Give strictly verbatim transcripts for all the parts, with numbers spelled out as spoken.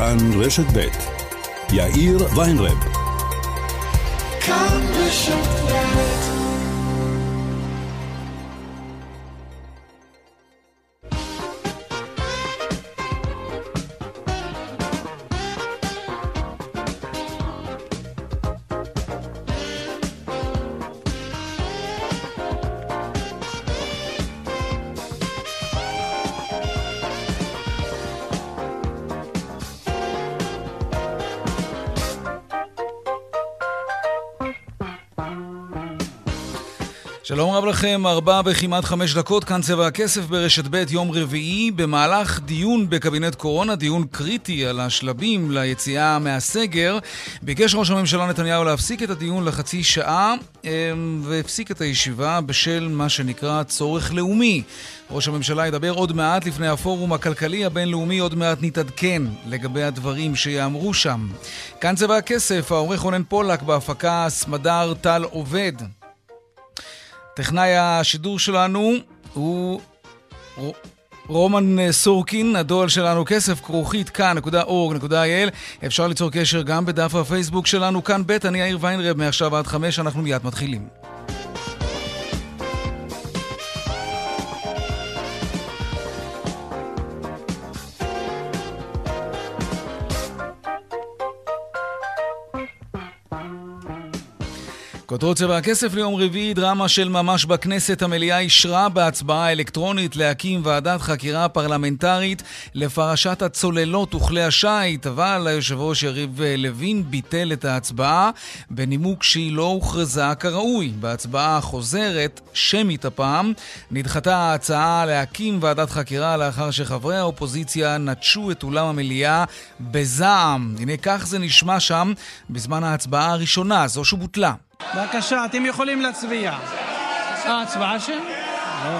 כאן רשת ב' יאיר ויינרב. כאן רשת ב'. שלום רב לכם, ארבע בכמעט חמש דקות, כאן צבע הכסף ברשת ב' יום רביעי, במהלך דיון בקבינט קורונה, דיון קריטי על השלבים ליציאה מהסגר, ביקש ראש הממשלה נתניהו להפסיק את הדיון לחצי שעה, והפסיק את הישיבה בשל מה שנקרא צורך לאומי. ראש הממשלה ידבר עוד מעט לפני הפורום הכלכלי הבינלאומי, עוד מעט נתעדכן לגבי הדברים שיאמרו שם. כאן צבע הכסף, העורך רונן פולק, בהפקה סמדר טל עובד. טכנאי השידור שלנו הוא רומן סורקין, הדואל שלנו כסף כרוכית כאן נקודה אורג נקודה איי אל. אפשר ליצור קשר גם בדף הפייסבוק שלנו כאן ב'. אני יאיר ויינרב, מעכשיו עד חמש, אנחנו מיד מתחילים. כותרות צבע הכסף ליום רביעי, דרמה של ממש בכנסת. המליאה אישרה בהצבעה אלקטרונית להקים ועדת חקירה פרלמנטרית לפרשת הצוללות וכלי השיט, אבל היושב ראש יריב לוין ביטל את ההצבעה בנימוק שהיא לא הוכרזה כראוי. בהצבעה חוזרת, שמית הפעם, נדחתה ההצעה להקים ועדת חקירה לאחר שחברי האופוזיציה נטשו את אולם המליאה בזעם. הנה כך זה נשמע שם בזמן ההצבעה הראשונה, זו שבוטלה. בבקשה, אתם יכולים להצביע. אה, הצבעה שם? לא.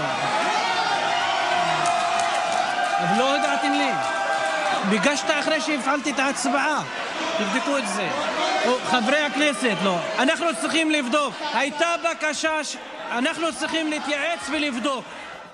אבל לא הודעתם לי. ביקשת אחרי שהפעלתי את ההצבעה. תבדקו את זה. חברי הכנסת, לא. אנחנו צריכים לבדוק. הייתה בקשה, ש... אנחנו צריכים להתייעץ ולבדוק.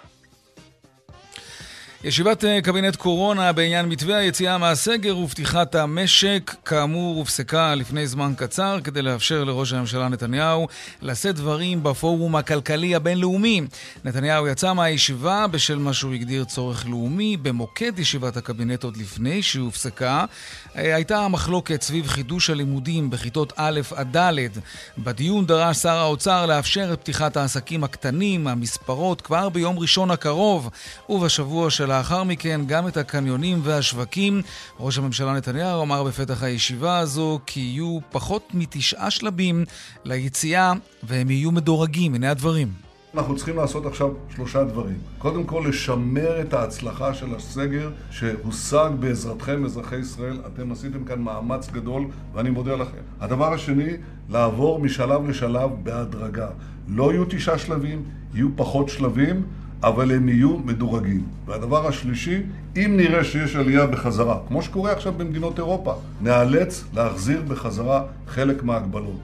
ישיבת קבינט קורונה בעניין מתווה היציאה מהסגר ופתיחת המשק כאמור הופסקה לפני זמן קצר כדי לאפשר לראש הממשלה נתניהו לשאת דברים בפורום הכלכלי הבינלאומי. נתניהו יצא מהישיבה בשל מה שהוא הגדיר צורך לאומי. במוקד ישיבת הקבינט עוד לפני שהיא הופסקה הייתה המחלוקת סביב חידוש הלימודים בכיתות א' עד ד'. בדיון דרש שר האוצר לאפשר את פתיחת העסקים הקטנים, המספרות, כבר ביום ראשון הקרוב, ובשבוע של לאחר מכן גם את הקניונים והשווקים. ראש הממשלה נתניהו אמר בפתח הישיבה הזו כי יהיו פחות מתשעה שלבים ליציאה והם יהיו מדורגים. הנה הדברים. אנחנו צריכים לעשות עכשיו שלושה דברים. קודם כל, לשמר את ההצלחה של הסגר שהושג בעזרתכם, אזרחי ישראל. אתם עשיתם כאן מאמץ גדול ואני מודה לכם. הדבר השני, לעבור משלב לשלב בהדרגה. לא יהיו תשעה שלבים, יהיו פחות שלבים, אבל הם יהיו מדורגים. והדבר השלישי, אם נראה שיש עלייה בחזרה, כמו שקורה עכשיו במדינות אירופה, נאלץ להחזיר בחזרה חלק מההגבלות.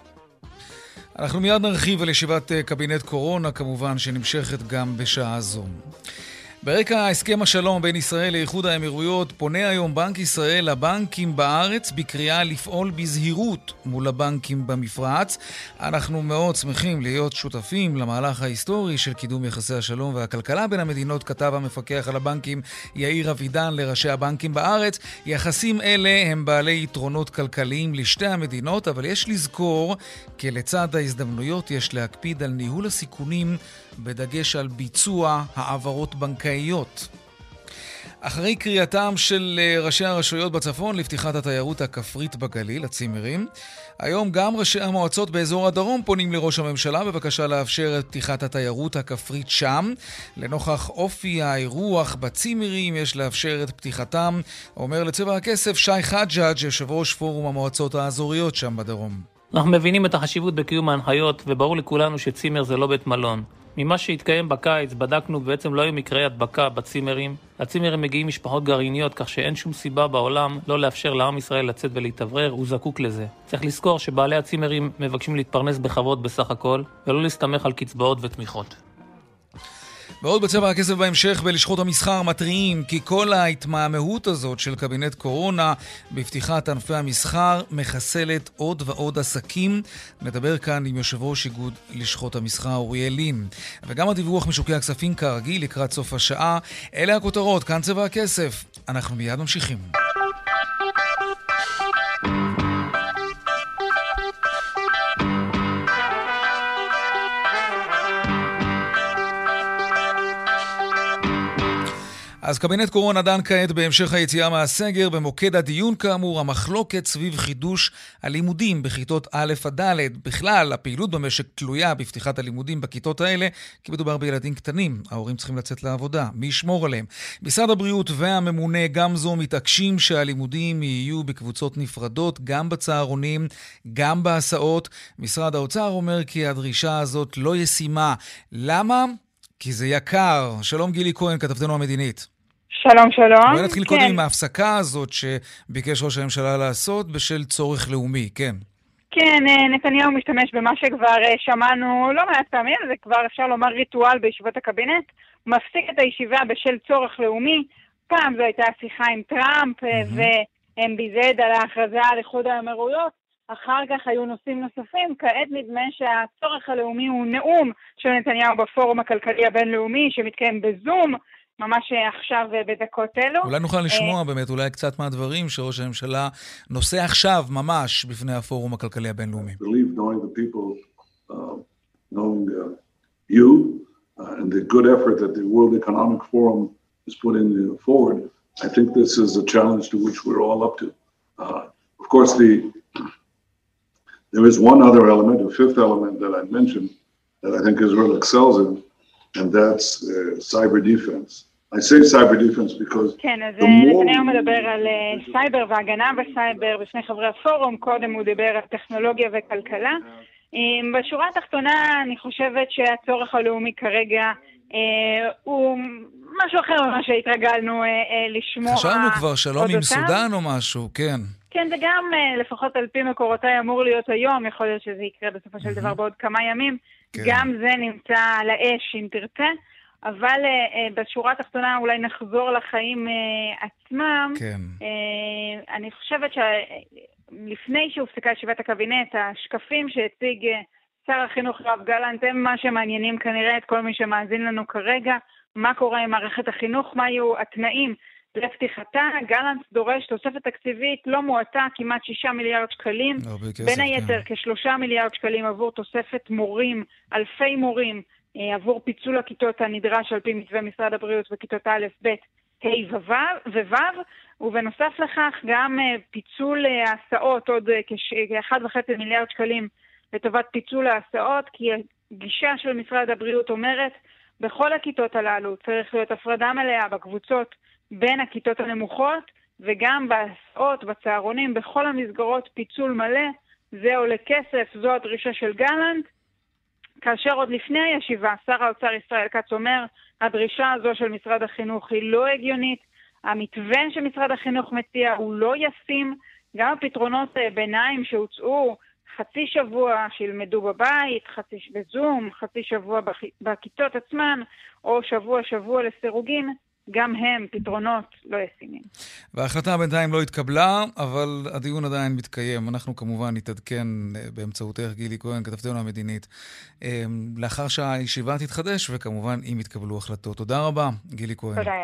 אנחנו מיד נרחיב על ישיבת קבינט קורונה, כמובן שנמשכת גם בשעה זו. ברקע הסכם השלום בין ישראל לאיחוד האמירויות, פונה היום בנק ישראל לבנקים בארץ בקריאה לפעול בזהירות מול הבנקים במפרץ. אנחנו מאוד שמחים להיות שותפים למהלך ההיסטורי של קידום יחסי השלום והכלכלה בין המדינות, כתב המפקח על הבנקים יאיר אבידן לראשי הבנקים בארץ. יחסים אלה הם בעלי יתרונות כלכליים לשתי המדינות, אבל יש לזכור כי לצד ההזדמנויות יש להקפיד על ניהול הסיכונים בדגש על ביצוע העברות בנקאיות. אחרי קריאתם של ראשי הרשויות בצפון לפתיחת התיירות הכפרית בגליל, הצימרים, היום גם ראשי המועצות באזור הדרום פונים לראש הממשלה בבקשה לאפשר את פתיחת התיירות הכפרית שם. לנוכח אופי האירוח בצימרים יש לאפשר את פתיחתם, אומר לצבע הכסף שי חג'אג', יושב ראש פורום המועצות האזוריות שם בדרום. אנחנו מבינים את החשיבות בקיום ההנחיות, וברור לכולנו שצימר זה לא בית מלון. ממה שהתקיים בקיץ בדקנו ובעצם לא היו מקרי הדבקה בצימרים. לצימרים מגיעים משפחות גרעיניות, כך שאין שום סיבה בעולם לא לאפשר לעם ישראל לצאת ולהתאוורר, הוא זקוק לזה. צריך לזכור שבעלי הצימרים מבקשים להתפרנס בכבוד בסך הכל, ולא להסתמך על קצבאות ותמיכות. ועוד בצבע הכסף בהמשך, בלשכות המסחר מתריעים כי כל ההתמהמהות הזאת של קבינט קורונה בפתיחת ענפי המסחר מחסלת עוד ועוד עסקים. נדבר כאן עם יושב ראש איגוד לשכות המסחר אוריאל לין. וגם הדיווח משוקי הכספים כרגיל לקראת סוף השעה. אלה הכותרות, כאן צבע הכסף. אנחנו מיד ממשיכים. אז קבינט קורונה דן כעת בהמשך היציאה מהסגר. במוקד הדיון כאמור המחלוקת סביב חידוש הלימודים בכיתות א' עד ד'. בכלל, הפעילות במשק תלויה בפתיחת הלימודים בכיתות האלה, כי מדובר בילדים קטנים. ההורים צריכים לצאת לעבודה. מי ישמור עליהם? משרד הבריאות והממונה גם זו מתעקשים שהלימודים יהיו בקבוצות נפרדות, גם בצהרונים, גם בהסעות. משרד האוצר אומר כי הדרישה הזאת לא ישימה. למה? כי זה יקר. שלום גילי כהן, כתבתנו המדינית. שלום, שלום. בואי נתחיל קודם עם ההפסקה הזאת שביקש ראש הממשלה לעשות בשל צורך לאומי, כן. כן, נתניהו משתמש במה שכבר שמענו לא מעט פעמים, זה כבר אפשר לומר ריטואל בישיבות הקבינט, מפסיק את הישיבה בשל צורך לאומי. פעם זו הייתה שיחה עם טראמפ והם ביזד על ההכרזה על איחוד האמירויות, אחר כך היו נושאים נוספים. כעת נדמה שהצורך הלאומי הוא נאום של נתניהו בפורום הכלכלי הבינלאומי שמתקיים בזום, ממש עכשיו בדקות אלו. אולי נוכל לשמוע באמת, אולי קצת מהדברים שראש הממשלה נושא עכשיו ממש בפני הפורום הכלכלי הבינלאומי. I believe knowing the people, uh, knowing uh, you, uh, and the good effort that the World Economic Forum is putting uh, forward, I think this is a challenge to which we're all up to. Uh, of course, the there is one other element, a fifth element that I mentioned, that I think Israel excels in, and that's uh, cyber defense. I say cyber defense because... כן, אז נתניהו מדבר על סייבר והגנה בסייבר בפני חברי הפורום. קודם הוא דיבר על טכנולוגיה וכלכלה. בשורה התחתונה אני חושבת שהצורך הלאומי כרגע הוא משהו אחר ממה שהתרגלנו לשמוע. חשבנו כבר שלום עם סודן או משהו, כן. כן, זה גם לפחות על פי מקורותיי אמור להיות היום, יכול להיות שזה יקרה בסופו של דבר בעוד כמה ימים. גם זה נמצא על האש אם תרצה, אבל בשורה התחתונה אולי נחזור לחיים עצמם. כן. אני חושבת שלפני שהופסקה ישיבת הקבינט, השקפים שהציג שר החינוך יואב גלנט הם מה שמעניינים כנראה את כל מי שמאזין לנו כרגע. מה קורה עם מערכת החינוך, מה יהיו התנאים לפתיחתה. גלנט דורש תוספת תקציבית לא מועטה, כמעט שישה מיליארד שקלים. בין היתר כשלושה מיליארד שקלים עבור תוספת מורים, אלפי מורים, עבור פיצול הכיתות הנדרש על פי מתווה משרד הבריאות בכיתות א', ב', ה' וו', ובנוסף לכך גם פיצול ההסעות, עוד כ-אחד וחצי מיליארד שקלים לטובת פיצול ההסעות, כי הגישה של משרד הבריאות אומרת בכל הכיתות הללו צריך להיות הפרדה מלאה בקבוצות בין הכיתות הנמוכות, וגם בהסעות, בצהרונים, בכל המסגרות פיצול מלא. זה עולה כסף, זו הדרישה של גלנט. כאשר עוד לפני הישיבה, שר האוצר ישראל כץ אומר, הדרישה הזו של משרד החינוך היא לא הגיונית, המתווה שמשרד החינוך מציע הוא לא ישים, גם הפתרונות ביניים שהוצאו, חצי שבוע שילמדו בבית, חצי בזום, חצי שבוע בכיתות עצמן, או שבוע שבוע לסירוגין, גם הם פתרונות לא ישימים. וההחלטה בינתיים לא התקבלה, אבל הדיון עדיין מתקיים. אנחנו כמובן נתעדכן באמצעותך, גילי כהן, כתבתנו המדינית, לאחר שהישיבה תתחדש, וכמובן אם יתקבלו החלטות. תודה רבה, גילי כהן. תודה.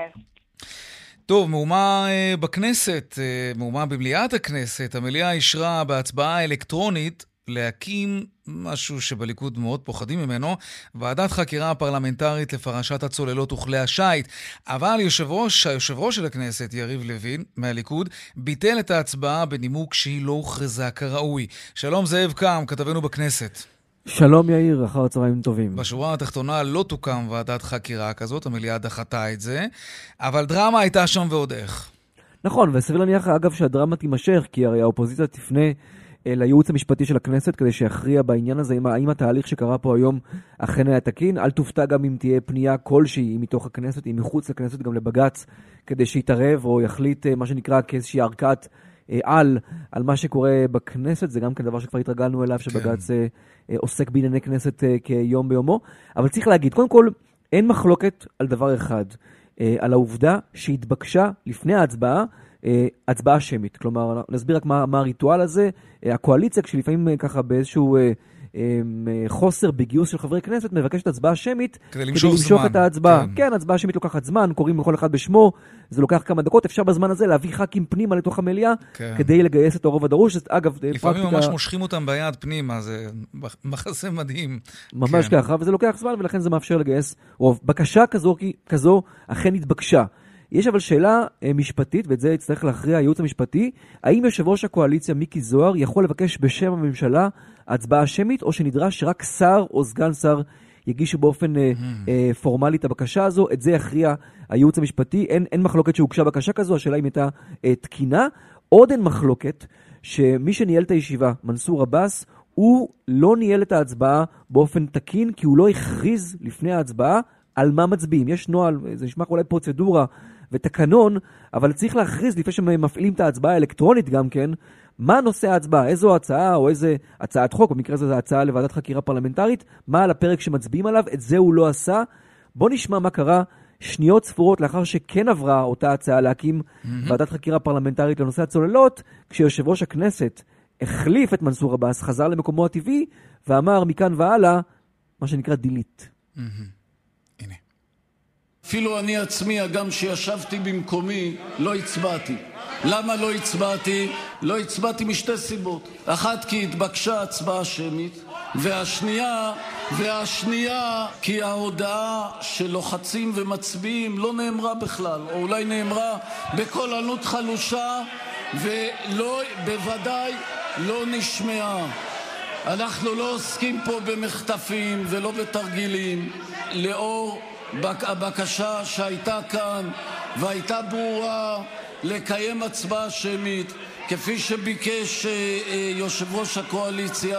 טוב, מהומה בכנסת, מהומה במליאת הכנסת, המליאה אישרה בהצבעה אלקטרונית להקים משהו שבליכוד מאוד פוחדים ממנו, ועדת חקירה פרלמנטרית לפרשת הצוללות וכלי השיט. אבל יושב ראש, היושב ראש של הכנסת, יריב לוין, מהליכוד, ביטל את ההצבעה בנימוק שהיא לא הוכרזה כראוי. שלום זאב קם, כתבנו בכנסת. שלום יאיר, אחר הצהריים טובים. בשורה התחתונה לא תוקם ועדת חקירה כזאת, המליאה דחתה את זה, אבל דרמה הייתה שם ועוד איך. נכון, וסביר להניח אגב שהדרמה תימשך, כי הרי האופוזיציה תפנה לייעוץ המשפטי של הכנסת כדי שיכריע בעניין הזה, האם התהליך שקרה פה היום אכן היה תקין. אל תופתע גם אם תהיה פנייה כלשהי מתוך הכנסת, אם מחוץ לכנסת גם לבג"ץ, כדי שיתערב או יחליט מה שנקרא כאיזושהי ערכת על, על מה שקורה בכנסת. זה גם כן דבר שכבר התרגלנו אליו, שבג"ץ כן. עוסק בענייני כנסת כיום ביומו. אבל צריך להגיד, קודם כל, אין מחלוקת על דבר אחד, על העובדה שהתבקשה לפני ההצבעה, הצבעה שמית. כלומר, נסביר רק מה, מה הריטואל הזה. הקואליציה, כשלפעמים ככה באיזשהו חוסר בגיוס של חברי כנסת, מבקשת הצבעה שמית כדי למשוך, כדי למשוך זמן. את ההצבעה. כן. כן, הצבעה שמית לוקחת זמן, קוראים לכל אחד בשמו, זה לוקח כמה דקות, אפשר בזמן הזה להביא ח"כים פנימה לתוך המליאה, כן. כדי לגייס את הרוב הדרוש. אגב, לפעמים פרקטיקה... ממש מושכים אותם ביד פנימה, זה מחסה מדהים. ממש כן. ככה, וזה לוקח זמן, ולכן זה מאפשר לגייס רוב. בקשה כזו, כזו אכן התבקשה. יש אבל שאלה משפטית, ואת זה יצטרך להכריע הייעוץ המשפטי, האם יושב ראש הקואליציה מיקי זוהר יכול לבקש בשם הממשלה הצבעה שמית, או שנדרש שרק שר או סגן שר יגישו באופן mm-hmm. אה, פורמלי את הבקשה הזו? את זה יכריע הייעוץ המשפטי. אין, אין מחלוקת שהוגשה בקשה כזו, השאלה אם הייתה אה, תקינה. עוד אין מחלוקת שמי שניהל את הישיבה, מנסור עבאס, הוא לא ניהל את ההצבעה באופן תקין, כי הוא לא הכריז לפני ההצבעה על מה מצביעים. יש נוהל, זה נשמע אולי פרוצדורה ותקנון, אבל צריך להכריז לפני שמפעילים את ההצבעה האלקטרונית גם כן, מה נושא ההצבעה, איזו הצעה או איזה הצעת חוק, במקרה הזה זה הצעה לוועדת חקירה פרלמנטרית, מה על הפרק שמצביעים עליו, את זה הוא לא עשה. בוא נשמע מה קרה שניות ספורות לאחר שכן עברה אותה הצעה להקים mm-hmm. ועדת חקירה פרלמנטרית לנושא הצוללות, כשיושב ראש הכנסת החליף את מנסור עבאס, חזר למקומו הטבעי, ואמר מכאן והלאה, מה שנקרא דילית. Mm-hmm. הנה. אפילו אני עצמי, גם שישבתי במקומי, לא הצבעתי. למה לא הצבעתי? לא הצבעתי משתי סיבות. אחת, כי התבקשה הצבעה שמית, והשנייה, והשנייה, כי ההודעה שלוחצים ומצביעים לא נאמרה בכלל, או אולי נאמרה בקול ענות חלושה, ולא, בוודאי לא נשמעה. אנחנו לא עוסקים פה במחטפים ולא בתרגילים. לאור הבקשה שהייתה כאן והייתה ברורה לקיים הצבעה שמית כפי שביקש יושב ראש הקואליציה,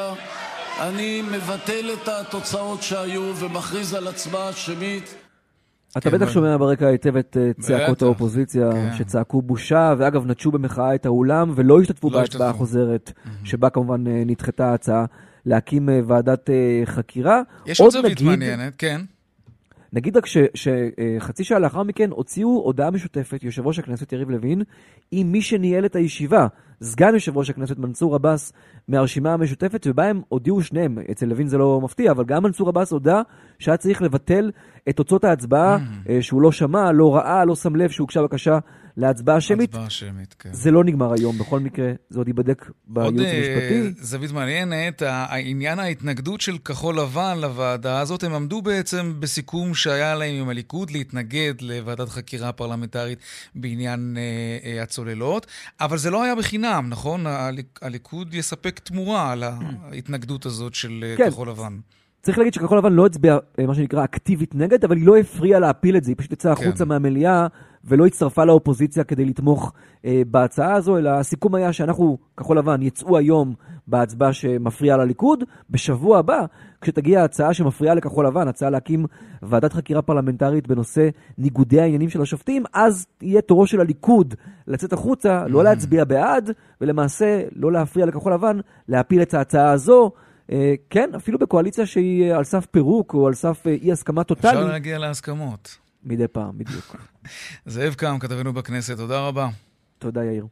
אני מבטל את התוצאות שהיו ומכריז על הצבעה שמית. אתה בטח שומע ברקע היטב את צעקות האופוזיציה שצעקו בושה, ואגב נטשו במחאה את האולם ולא השתתפו בהצבעה החוזרת, שבה כמובן נדחתה ההצעה להקים ועדת חקירה. יש עוד זווית מעניינת, כן. נגיד רק שחצי שעה לאחר מכן הוציאו הודעה משותפת, יושב ראש הכנסת יריב לוין, עם מי שניהל את הישיבה, סגן יושב ראש הכנסת מנסור עבאס מהרשימה המשותפת, ובה הם הודיעו שניהם, אצל לוין זה לא מפתיע, אבל גם מנסור עבאס הודע שהיה צריך לבטל את תוצאות ההצבעה, mm. שהוא לא שמע, לא ראה, לא שם לב שהוגשה בקשה להצבעה שמית. הצבעה שמית, כן. זה לא נגמר היום, בכל מקרה זה עוד ייבדק בייעוץ המשפטי. עוד זווית מעניינת, העניין ההתנגדות של כחול לבן לוועדה הזאת, הם עמדו בעצם בסיכום שהיה להם עם הליכוד להתנגד לוועדת חקירה פרלמנטרית בעניין אה, הצוללות, אבל זה לא היה בחינם, נכון? הליכוד יספק תמורה על ההתנגדות הזאת של כן. כחול לבן. צריך להגיד שכחול לבן לא הצביע, מה שנקרא, אקטיבית נגד, אבל היא לא הפריעה להפיל את זה, היא פשוט יצאה כן. החוצה מהמליאה, ולא הצטרפה לאופוזיציה כדי לתמוך אה, בהצעה הזו, אלא הסיכום היה שאנחנו, כחול לבן, יצאו היום בהצבעה שמפריעה לליכוד, בשבוע הבא, כשתגיע ההצעה שמפריעה לכחול לבן, הצעה להקים ועדת חקירה פרלמנטרית בנושא ניגודי העניינים של השופטים, אז יהיה תורו של הליכוד לצאת החוצה, לא להצביע בעד, ולמעשה לא להפריע לכחול לבן, להפיל את ההצעה הזו, כן, אפילו בקואליציה שהיא על סף פירוק או על סף אי הסכמה טוטלית. אפשר להגיע להסכמות. מדי פעם, בדיוק. זאב קם, כתבנו בכנסת, תודה רבה. תודה, יאיר.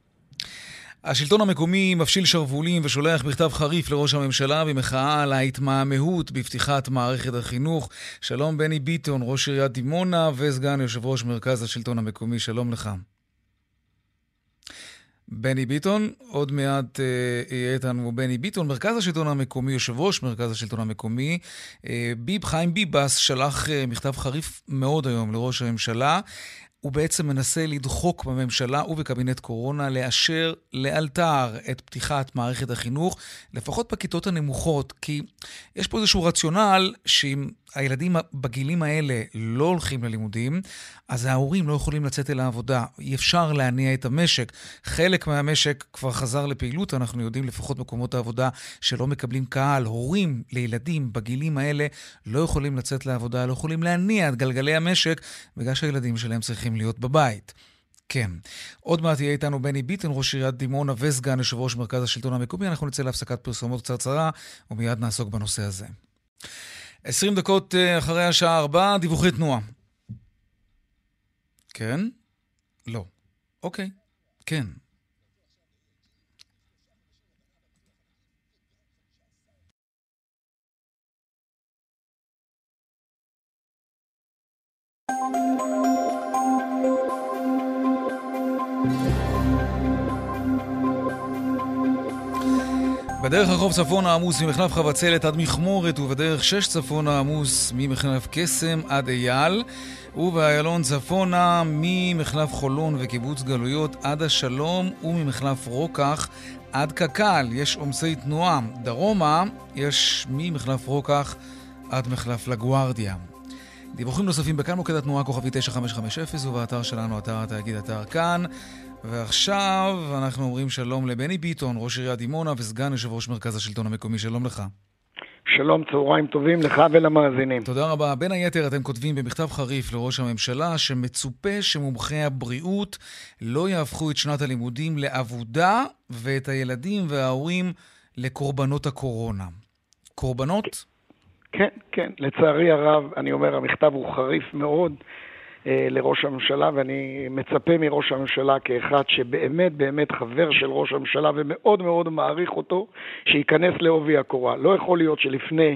השלטון המקומי מפשיל שרבולים ושולח בכתב חריף לראש הממשלה במחאה על ההתמהמהות בפתיחת מערכת החינוך. שלום בני ביטון, ראש עיריית דימונה וסגן יושב ראש מרכז השלטון המקומי, שלום לך. בני ביטון, עוד מעט אה, יהיה איתנו בני ביטון, מרכז השלטון המקומי, יושב ראש מרכז השלטון המקומי, אה, ביב, חיים ביבס שלח אה, מכתב חריף מאוד היום לראש הממשלה, הוא בעצם מנסה לדחוק בממשלה ובקבינט קורונה לאשר לאלתר את פתיחת מערכת החינוך, לפחות בכיתות הנמוכות, כי יש פה איזשהו רציונל שאם הילדים בגילים האלה לא הולכים ללימודים, אז ההורים לא יכולים לצאת אל העבודה, אי אפשר להניע את המשק. חלק מהמשק כבר חזר לפעילות, אנחנו יודעים לפחות מקומות העבודה שלא מקבלים קהל, הורים לילדים בגילים האלה לא יכולים לצאת לעבודה, לא יכולים להניע את גלגלי המשק, בגלל שהילדים שלהם צריכים להיות בבית. כן. עוד מעט יהיה איתנו בני ביטון, ראש עיריית דימונה וסגן יושב ראש מרכז השלטון המקומי. אנחנו נצא להפסקת פרסומות קצרצרה, ומיד נעסוק בנושא הזה. עשרים דקות אחרי השעה ארבע, דיווחי תנועה. כן? לא. אוקיי. כן. בדרך החוף צפון העמוס ממחלף חבצלת עד מכמורת, ובדרך שש צפון העמוס ממחלף קסם עד אייל, ובאיילון צפונה ממחלף חולון וקיבוץ גלויות עד השלום, וממחלף רוקח עד קקל. יש עומסי תנועה. דרומה יש ממחלף רוקח עד מחלף לגוארדיה. דיווחים נוספים בכאן מוקד התנועה כוכבי תשע חמש חמש אפס ובאתר שלנו, אתר התאגיד, אתר כאן. ועכשיו אנחנו אומרים שלום לבני ביטון, ראש עיריית דימונה וסגן יושב ראש מרכז השלטון המקומי. שלום לך. שלום, צהריים טובים לך ולמאזינים. תודה רבה. בין היתר אתם כותבים במכתב חריף לראש הממשלה שמצופה שמומחי הבריאות לא יהפכו את שנת הלימודים לעבודה ואת הילדים וההורים לקורבנות הקורונה. קורבנות? כן, כן. לצערי הרב, אני אומר, המכתב הוא חריף מאוד אה, לראש הממשלה, ואני מצפה מראש הממשלה כאחד שבאמת באמת חבר של ראש הממשלה ומאוד מאוד מעריך אותו, שייכנס לעובי הקורה. לא יכול להיות שלפני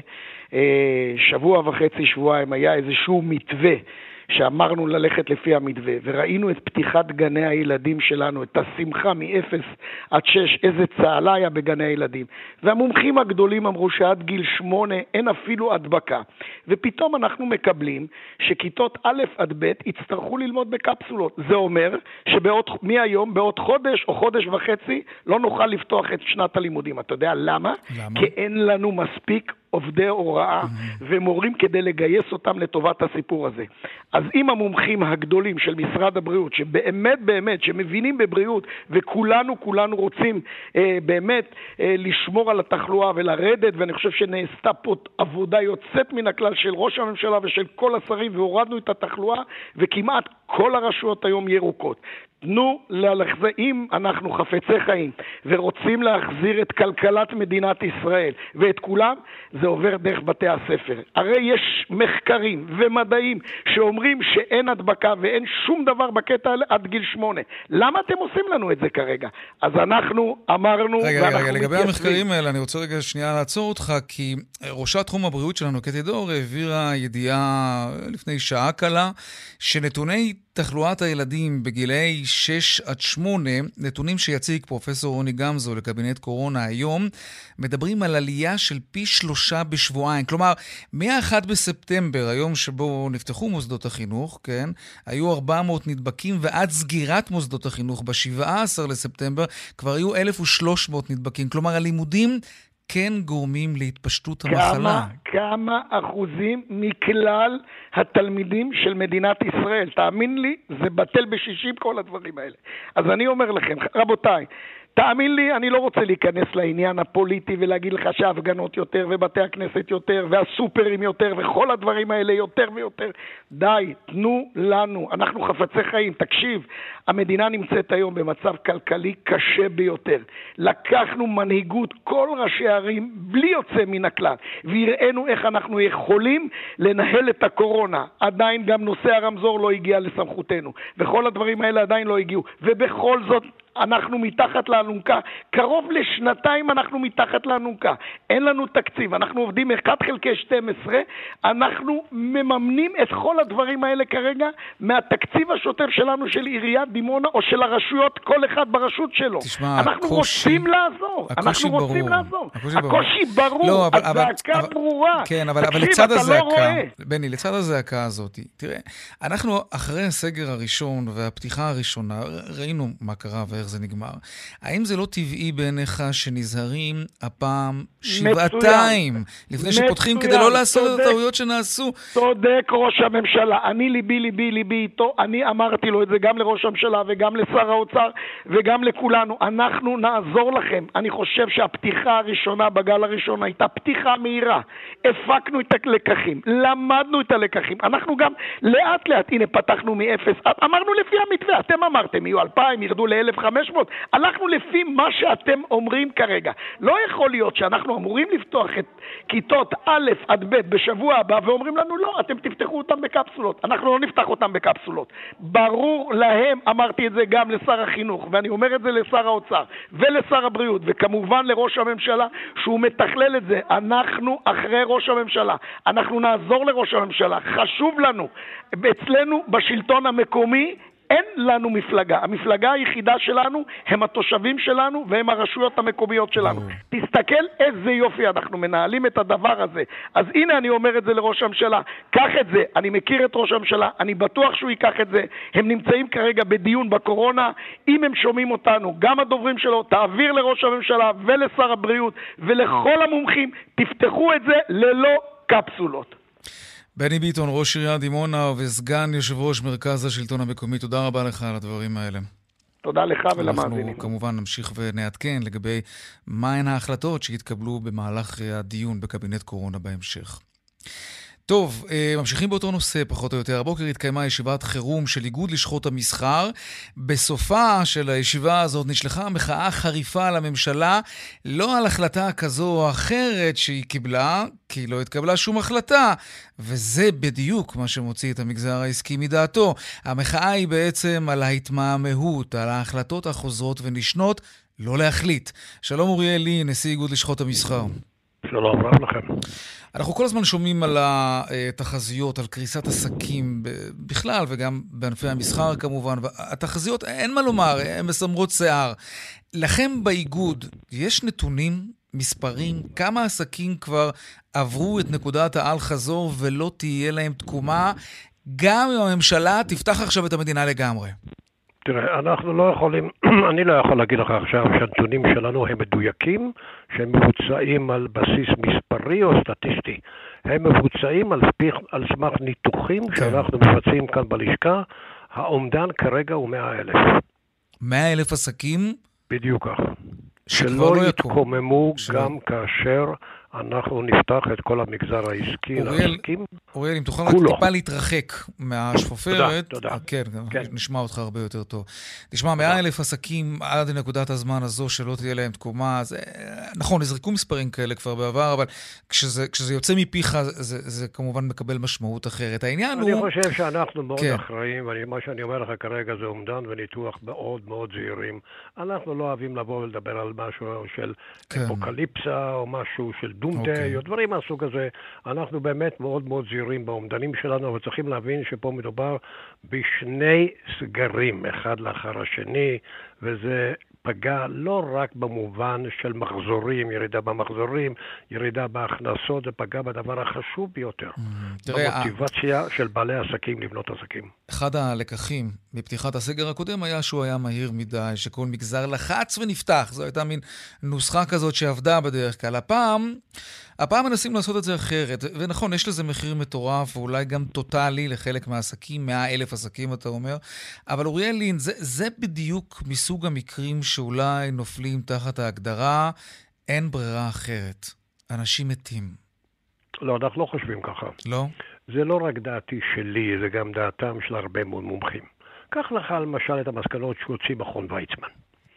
אה, שבוע וחצי, שבועיים, היה איזשהו מתווה שאמרנו ללכת לפי המתווה, וראינו את פתיחת גני הילדים שלנו, את השמחה מ-אפס עד שש, איזה צהלה היה בגני הילדים. והמומחים הגדולים אמרו שעד גיל שמונה אין אפילו הדבקה. ופתאום אנחנו מקבלים שכיתות א' עד ב' יצטרכו ללמוד בקפסולות. זה אומר שבעוד, מהיום, בעוד חודש או חודש וחצי, לא נוכל לפתוח את שנת הלימודים. אתה יודע למה? למה? כי אין לנו מספיק עובדי הוראה ומורים כדי לגייס אותם לטובת הסיפור הזה. אז אם המומחים הגדולים של משרד הבריאות, שבאמת באמת, שמבינים בבריאות, וכולנו כולנו רוצים אה, באמת אה, לשמור על התחלואה ולרדת, ואני חושב שנעשתה פה עבודה יוצאת מן הכלל של ראש הממשלה ושל כל השרים, והורדנו את התחלואה, וכמעט כל הרשויות היום ירוקות. תנו להחזיר, אם אנחנו חפצי חיים ורוצים להחזיר את כלכלת מדינת ישראל ואת כולם, זה עובר דרך בתי הספר. הרי יש מחקרים ומדעים שאומרים שאין הדבקה ואין שום דבר בקטע עד גיל שמונה. למה אתם עושים לנו את זה כרגע? אז אנחנו אמרנו... רגע, רגע, רגע, לגבי המחקרים האלה, אני רוצה רגע שנייה לעצור אותך, כי ראשת תחום הבריאות שלנו, קטי דור, העבירה ידיעה לפני שעה קלה, שנתוני תחלואת הילדים בגילאי שש עד שמונה, נתונים שיציג פרופסור רוני גמזו לקבינט קורונה היום, מדברים על עלייה של פי שלושה בשבועיים. כלומר, מה-אחד בספטמבר, היום שבו נפתחו מוסדות החינוך, כן, היו ארבע מאות נדבקים, ועד סגירת מוסדות החינוך ב-שבעה עשר לספטמבר, כבר היו אלף ושלוש מאות נדבקים. כלומר, הלימודים כן גורמים להתפשטות המחלה. כמה, כמה אחוזים מכלל התלמידים של מדינת ישראל? תאמין לי, זה בטל בשישים כל הדברים האלה. אז אני אומר לכם, רבותיי, תאמין לי, אני לא רוצה להיכנס לעניין הפוליטי ולהגיד לך שההפגנות יותר ובתי הכנסת יותר והסופרים יותר וכל הדברים האלה יותר ויותר. די, תנו לנו, אנחנו חפצי חיים. תקשיב, המדינה נמצאת היום במצב כלכלי קשה ביותר. לקחנו מנהיגות כל ראשי הערים בלי יוצא מן הכלל, והראינו איך אנחנו יכולים לנהל את הקורונה. עדיין גם נושא הרמזור לא הגיע לסמכותנו, וכל הדברים האלה עדיין לא הגיעו, ובכל זאת אנחנו מתחת לאלונקה, קרוב לשנתיים אנחנו מתחת לאלונקה, אין לנו תקציב, אנחנו עובדים אחד חלקי שתים עשרה, אנחנו מממנים את כל הדברים האלה כרגע מהתקציב השוטף שלנו של עיריית דימונה או של הרשויות, כל אחד ברשות שלו. תשמע, אנחנו הקושי, רוצים לעזור, הקושי אנחנו רוצים ברור. לעזור. הקושי, הקושי ברור, ברור. לא, אבל, הזעקה אבל, ברורה. כן, אבל, תקשיב, אבל לצד הזעקה, לא בני, לצד הזעקה הזאת, תראה, אנחנו אחרי הסגר הראשון והפתיחה הראשונה, ראינו מה קרה ואיך זה נגמר. האם זה לא טבעי בעיניך שנזהרים הפעם שבעתיים לפני שפותחים כדי לא לעשות את הטעויות שנעשו? צודק ראש הממשלה, אני ליבי ליבי ליבי איתו, אני אמרתי לו את זה גם לראש הממשלה וגם לשר האוצר וגם לכולנו, אנחנו נעזור לכם. אני חושב שהפתיחה הראשונה בגל הראשון הייתה פתיחה מהירה, הפקנו את הלקחים, למדנו את הלקחים, אנחנו גם לאט לאט, הנה פתחנו מאפס, אמרנו לפי המתווה, אתם אמרתם יהיו אלפיים, ירדו ל-אלף וחמש חמש מאות. הלכנו לפי מה שאתם אומרים כרגע. לא יכול להיות שאנחנו אמורים לפתוח את כיתות א' עד ב' בשבוע הבא, ואומרים לנו לא, אתם תפתחו אותם בקפסולות. אנחנו לא נפתח אותם בקפסולות. ברור להם, אמרתי את זה גם לשר החינוך, ואני אומר את זה לשר האוצר ולשר הבריאות, וכמובן לראש הממשלה, שהוא מתכלל את זה. אנחנו אחרי ראש הממשלה. אנחנו נעזור לראש הממשלה. חשוב לנו. אצלנו בשלטון המקומי אין לנו מפלגה. המפלגה היחידה שלנו הם התושבים שלנו והם הרשויות המקומיות שלנו. תסתכל איזה יופי אנחנו מנהלים את הדבר הזה. אז הנה אני אומר את זה לראש הממשלה. קח את זה. אני מכיר את ראש הממשלה. אני בטוח שהוא ייקח את זה. הם נמצאים כרגע בדיון בקורונה. אם הם שומעים אותנו, גם הדוברים שלו, תעביר לראש הממשלה ולשר הבריאות ולכל המומחים, תפתחו את זה ללא קפסולות. בני ביטון, ראש עיריית דימונה וסגן יושב ראש מרכז השלטון המקומי, תודה רבה לך על הדברים האלה. תודה לך ולמאזינים. אנחנו כמובן נמשיך ונעדכן לגבי מהן ההחלטות שהתקבלו במהלך הדיון בקבינט קורונה בהמשך. טוב, ממשיכים באותו נושא פחות או יותר. הבוקר התקיימה ישיבת חירום של איגוד לשכות המסחר. בסופה של הישיבה הזאת נשלחה מחאה חריפה לממשלה, לא על החלטה כזו או אחרת שהיא קיבלה, כי לא התקבלה שום החלטה, וזה בדיוק מה שמוציא את המגזר העסקי מדעתו. המחאה היא בעצם על ההתמהמהות, על ההחלטות החוזרות ונשנות, לא להחליט. שלום אוריאל לי, נשיא איגוד לשכות המסחר. שלום רב לכם. אנחנו כל הזמן שומעים על התחזיות, על קריסת עסקים בכלל, וגם בענפי המסחר כמובן. התחזיות, אין מה לומר, הן מסמרות שיער. לכם באיגוד, יש נתונים, מספרים, כמה עסקים כבר עברו את נקודת העל חזור ולא תהיה להם תקומה, גם אם הממשלה תפתח עכשיו את המדינה לגמרי? תראה, אנחנו לא יכולים, אני לא יכול להגיד לך עכשיו שהנתונים שלנו הם מדויקים, שהם מבוצעים על בסיס מספרי או סטטיסטי. הם מבוצעים על, על סמך ניתוחים שאנחנו מבצעים כאן בלשכה. האומדן כרגע הוא מאה אלף. מאה אלף עסקים? בדיוק כך. שלא לא יתקוממו ש... גם כאשר אנחנו נפתח את כל המגזר העסקי לעסקים. אוריאל, אם תוכל רק טיפה להתרחק מהשפופרת, תודה, תודה. כן, כן. נשמע אותך הרבה יותר טוב. תשמע, מאה אלף עסקים עד נקודת הזמן הזו שלא תהיה להם תקומה, זה, נכון, נזרקו מספרים כאלה כבר בעבר, אבל כשזה, כשזה יוצא מפיך, זה, זה כמובן מקבל משמעות אחרת. העניין אני הוא... אני חושב שאנחנו מאוד כן. אחראים, ומה שאני אומר לך כרגע זה אומדן וניתוח מאוד מאוד זהירים. אנחנו לא אוהבים לבוא ולדבר על משהו של כן. אפוקליפסה, או משהו של דומטי, או דברים מהסוג הזה. אנחנו באמת מאוד מאוד זהירים באומדנים שלנו, אבל צריכים להבין שפה מדובר בשני סגרים, אחד לאחר השני, וזה פגע לא רק במובן של מחזורים, ירידה במחזורים, ירידה בהכנסות, זה פגע בדבר החשוב ביותר, במוטיבציה של בעלי עסקים לבנות עסקים. אחד הלקחים בפתיחת הסגר הקודם היה שהוא היה מהיר מדי, שכל מגזר לחץ ונפתח. זו הייתה מין נוסחה כזאת שעבדה בדרך כלל. הפעם, הפעם מנסים לעשות את זה אחרת. ונכון, יש לזה מחיר מטורף, ואולי גם טוטלי לחלק מהעסקים, מאה אלף עסקים אתה אומר. אבל אוריאל לין, זה, זה בדיוק מסוג המקרים שאולי נופלים תחת ההגדרה, אין ברירה אחרת. אנשים מתים. לא, אנחנו לא חושבים ככה. לא? זה לא רק דעתי שלי, זה גם דעתם של הרבה מאוד מומחים. קח לך למשל את המסקנות שהוציא מכון ויצמן.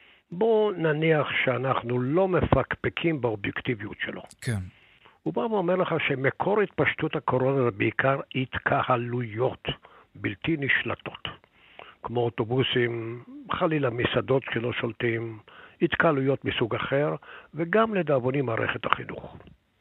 בוא נניח שאנחנו לא מפקפקים באובייקטיביות שלו. כן. הוא בא ואומר לך שמקור התפשטות הקורונה זה בעיקר התקהלויות בלתי נשלטות. כמו אוטובוסים, חלילה מסעדות שלא שולטים, התקהלויות מסוג אחר, וגם לדאבוני מערכת החינוך.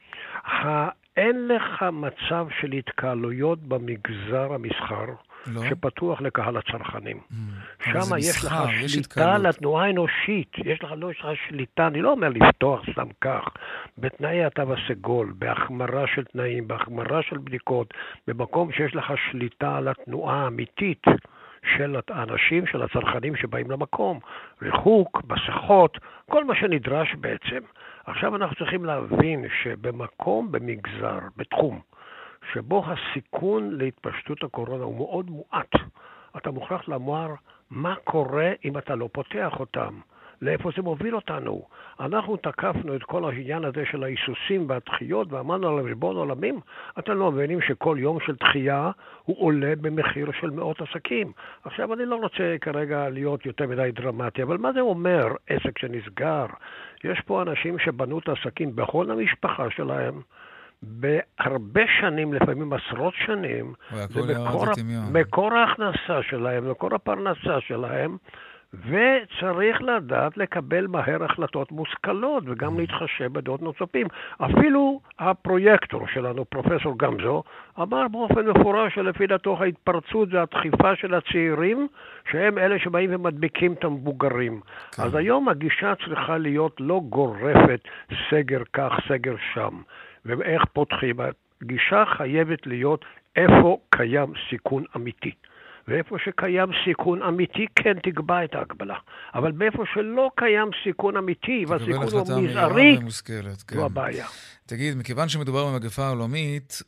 אין לך מצב של התקהלויות במגזר המסחר, לא. שפתוח לקהל הצרכנים. Mm. שם יש לך יש שליטה לתנועה האנושית, יש לך, לא יש לך שליטה, אני לא אומר לפתוח סתם כך, בתנאי התו הסגול, בהחמרה של תנאים, בהחמרה של בדיקות, במקום שיש לך שליטה על התנועה האמיתית של האנשים, של הצרכנים שבאים למקום, ריחוק, מסכות, כל מה שנדרש בעצם. עכשיו אנחנו צריכים להבין שבמקום, במגזר, בתחום, שבו הסיכון להתפשטות הקורונה הוא מאוד מועט, אתה מוכרח לומר מה קורה אם אתה לא פותח אותם. לאיפה זה מוביל אותנו. אנחנו תקפנו את כל העניין הזה של ההיסוסים והדחיות, ואמרנו על ריבון עולמים, אתם לא מבינים שכל יום של דחייה הוא עולה במחיר של מאות עסקים. עכשיו אני לא רוצה כרגע להיות יותר מדי דרמטי, אבל מה זה אומר עסק שנסגר? יש פה אנשים שבנו את העסקים בכל המשפחה שלהם, בהרבה שנים, לפעמים עשרות שנים, זה מקור, מקור ההכנסה שלהם, מקור הפרנסה שלהם, וצריך לדעת לקבל מהר החלטות מושכלות וגם להתחשב בדעות נוספים. אפילו הפרויקטור שלנו, פרופסור גמזו, אמר באופן מפורש שלפי דעתו ההתפרצות זה הדחיפה של הצעירים, שהם אלה שבאים ומדביקים את המבוגרים. כן. אז היום הגישה צריכה להיות לא גורפת, סגר כך, סגר שם. ואיך פותחים? הגישה חייבת להיות איפה קיים סיכון אמיתי. ואיפה שקיים סיכון אמיתי, כן תקבע את ההגבלה. אבל באיפה שלא קיים סיכון אמיתי, והסיכון הוא מזערי, זו הבעיה. תגיד, מכיוון שמדובר במגפה עולמית,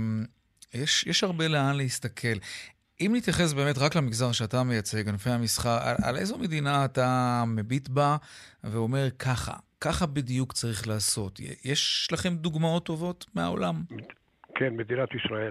יש, יש הרבה לאן להסתכל. אם נתייחס באמת רק למגזר שאתה מייצג, ענפי המסחר, על, על איזו מדינה אתה מביט בה ואומר ככה, ככה בדיוק צריך לעשות? יש לכם דוגמאות טובות מהעולם? כן, מדינת ישראל.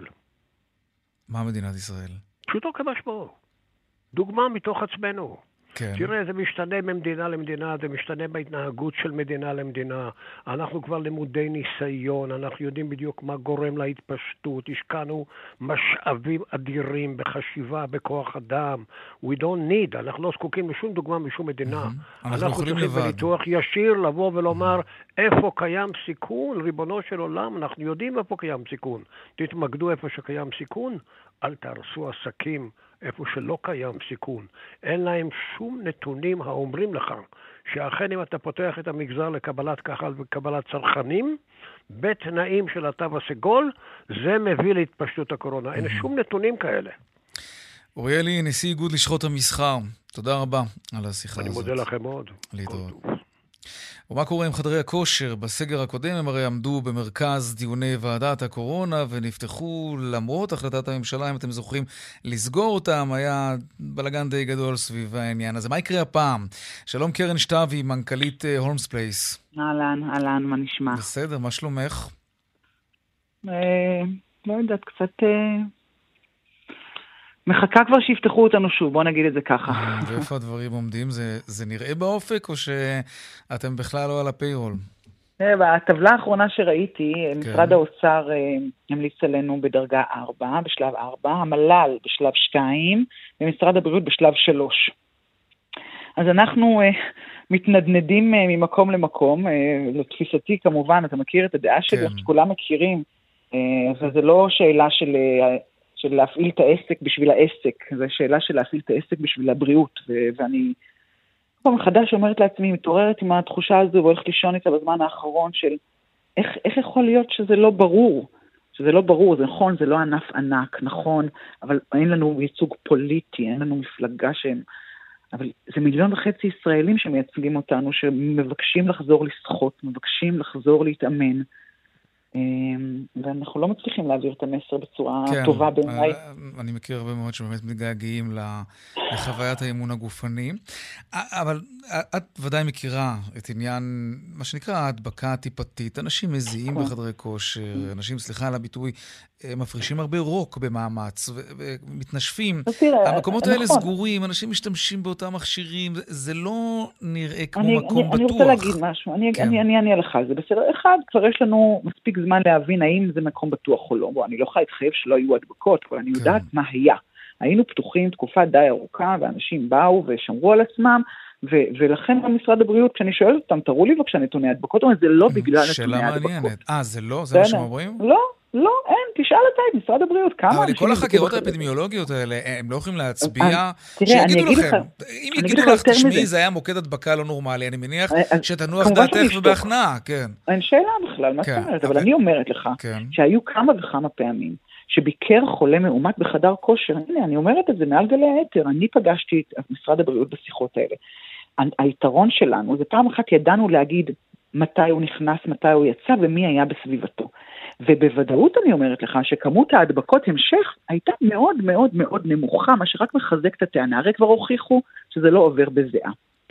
מה מדינת ישראל? פשוטו כמשמעו. דוגמה מתוך עצמנו. כן. תראה, זה משתנה ממדינה למדינה, זה משתנה בהתנהגות של מדינה למדינה. אנחנו כבר למודי ניסיון, אנחנו יודעים בדיוק מה גורם להתפשטות, השקענו משאבים אדירים בחשיבה, בכוח אדם. We don't need, אנחנו לא זקוקים לשום דוגמה משום מדינה. Mm-hmm. אנחנו, אנחנו יכולים לבד. בניתוח ישיר לבוא ולומר, mm-hmm. איפה קיים סיכון, ריבונו של עולם, אנחנו יודעים איפה קיים סיכון. תתמקדו איפה שקיים סיכון, אל תהרסו עסקים איפה שלא קיים סיכון. אין להם שום נתונים האומרים לך שאכן אם אתה פותח את המגזר לקבלת קהל וקבלת צרכנים, בתנאים של התו הסגול, זה מביא להתפשטות הקורונה. אין שום נתונים כאלה. אוריאלי, נשיא איגוד לשכות המסחר, תודה רבה על השיחה הזאת. אני מודה לכם מאוד. להתראות. ומה קורה עם חדרי הכושר? בסגר הקודם הם הרי עמדו במרכז דיוני ועדת הקורונה ונפתחו למרות החלטת הממשלה, אם אתם זוכרים, לסגור אותם. היה בלגן די גדול סביב העניין הזה. מה יקרה הפעם? שלום קרן שטבי, מנכ"לית הולמס פלייס. אהלן, אהלן, מה נשמע? בסדר, מה שלומך? לא יודעת, קצת מחכה כבר שיפתחו אותנו שוב, בוא נגיד את זה ככה. ואיפה הדברים עומדים? זה, זה נראה באופק או שאתם בכלל לא על הפיירול? בטבלה האחרונה שראיתי, משרד האוצר המליץ עלינו בדרגה ארבע, בשלב ארבע, המל"ל בשלב שתיים, ומשרד הבריאות בשלב שלוש. אז אנחנו מתנדנדים ממקום למקום, לתפיסתי כמובן, אתה מכיר את הדעה שלי, שכולם מכירים, וזה לא שאלה של... של להפעיל את העסק בשביל העסק, זו שאלה של להפעיל את העסק בשביל הבריאות, ו- ואני פעם מחדש אומרת לעצמי, מתעוררת עם התחושה הזו, והולכת לישון איתה בזמן האחרון של איך, איך יכול להיות שזה לא ברור, שזה לא ברור, זה נכון, זה לא ענף ענק, נכון, אבל אין לנו ייצוג פוליטי, אין לנו מפלגה שהם, אבל זה מיליון וחצי ישראלים שמייצגים אותנו, שמבקשים לחזור לשחות, מבקשים לחזור להתאמן, ואנחנו לא מצליחים להעביר את המסר בצורה כן, טובה בעיניי. אני מכיר הרבה מאוד שבאמת מתגעגעים לחוויית האימון הגופני, אבל את ודאי מכירה את עניין, מה שנקרא, ההדבקה הטיפתית. אנשים מזיעים בחדרי כושר, אנשים, סליחה על הביטוי, מפרישים הרבה רוק במאמץ, ומתנשפים. המקומות האלה סגורים, אנשים משתמשים באותם מכשירים, זה לא נראה כמו מקום בטוח. אני רוצה להגיד משהו, אני אענה לך על זה. בסדר, אחד, כבר יש לנו מספיק זמן להבין האם זה מקום בטוח או לא. בוא, אני לא יכולה להתחייב שלא היו הדבקות, אבל אני יודעת מה היה. היינו פתוחים תקופה די ארוכה, ואנשים באו ושמרו על עצמם, ו- ולכן במשרד הבריאות, כשאני שואלת אותם, תראו לי בבקשה נתוני הדבקות, אבל זה לא בגלל נתוני הדבקות. שאלה מעניינת. אה, זה לא? זה מה שאומרים? לא, לא, אין, תשאל אתה את משרד הבריאות, כמה אנשים... אבל לכל החקירות האפידמיולוגיות האלה, הם לא יכולים להצביע, שיגידו לכם, אם יגידו לך, תשמעי, זה היה מוקד הדבקה לא נורמלי, אני מניח שתנוח דעתך ובהכנעה, כן. אין שאלה בכלל, מה זאת אומרת, אבל אני אומרת לך, שהיו כמה וכמה פעמים, שביקר חולה מאומת בחדר כושר, הנה, אני אומרת את זה מעל גלי היתר, אני פגשתי את משרד הבריאות בשיחות האלה. היתרון שלנו, זה פעם אחת ידענו להגיד מתי הוא נכנס, מתי הוא יצא, ומי היה בסביבתו. ובוודאות אני אומרת לך שכמות ההדבקות המשך הייתה מאוד מאוד מאוד נמוכה, מה שרק מחזק את הטענה, הרי כבר הוכיחו שזה לא עובר בזיעה.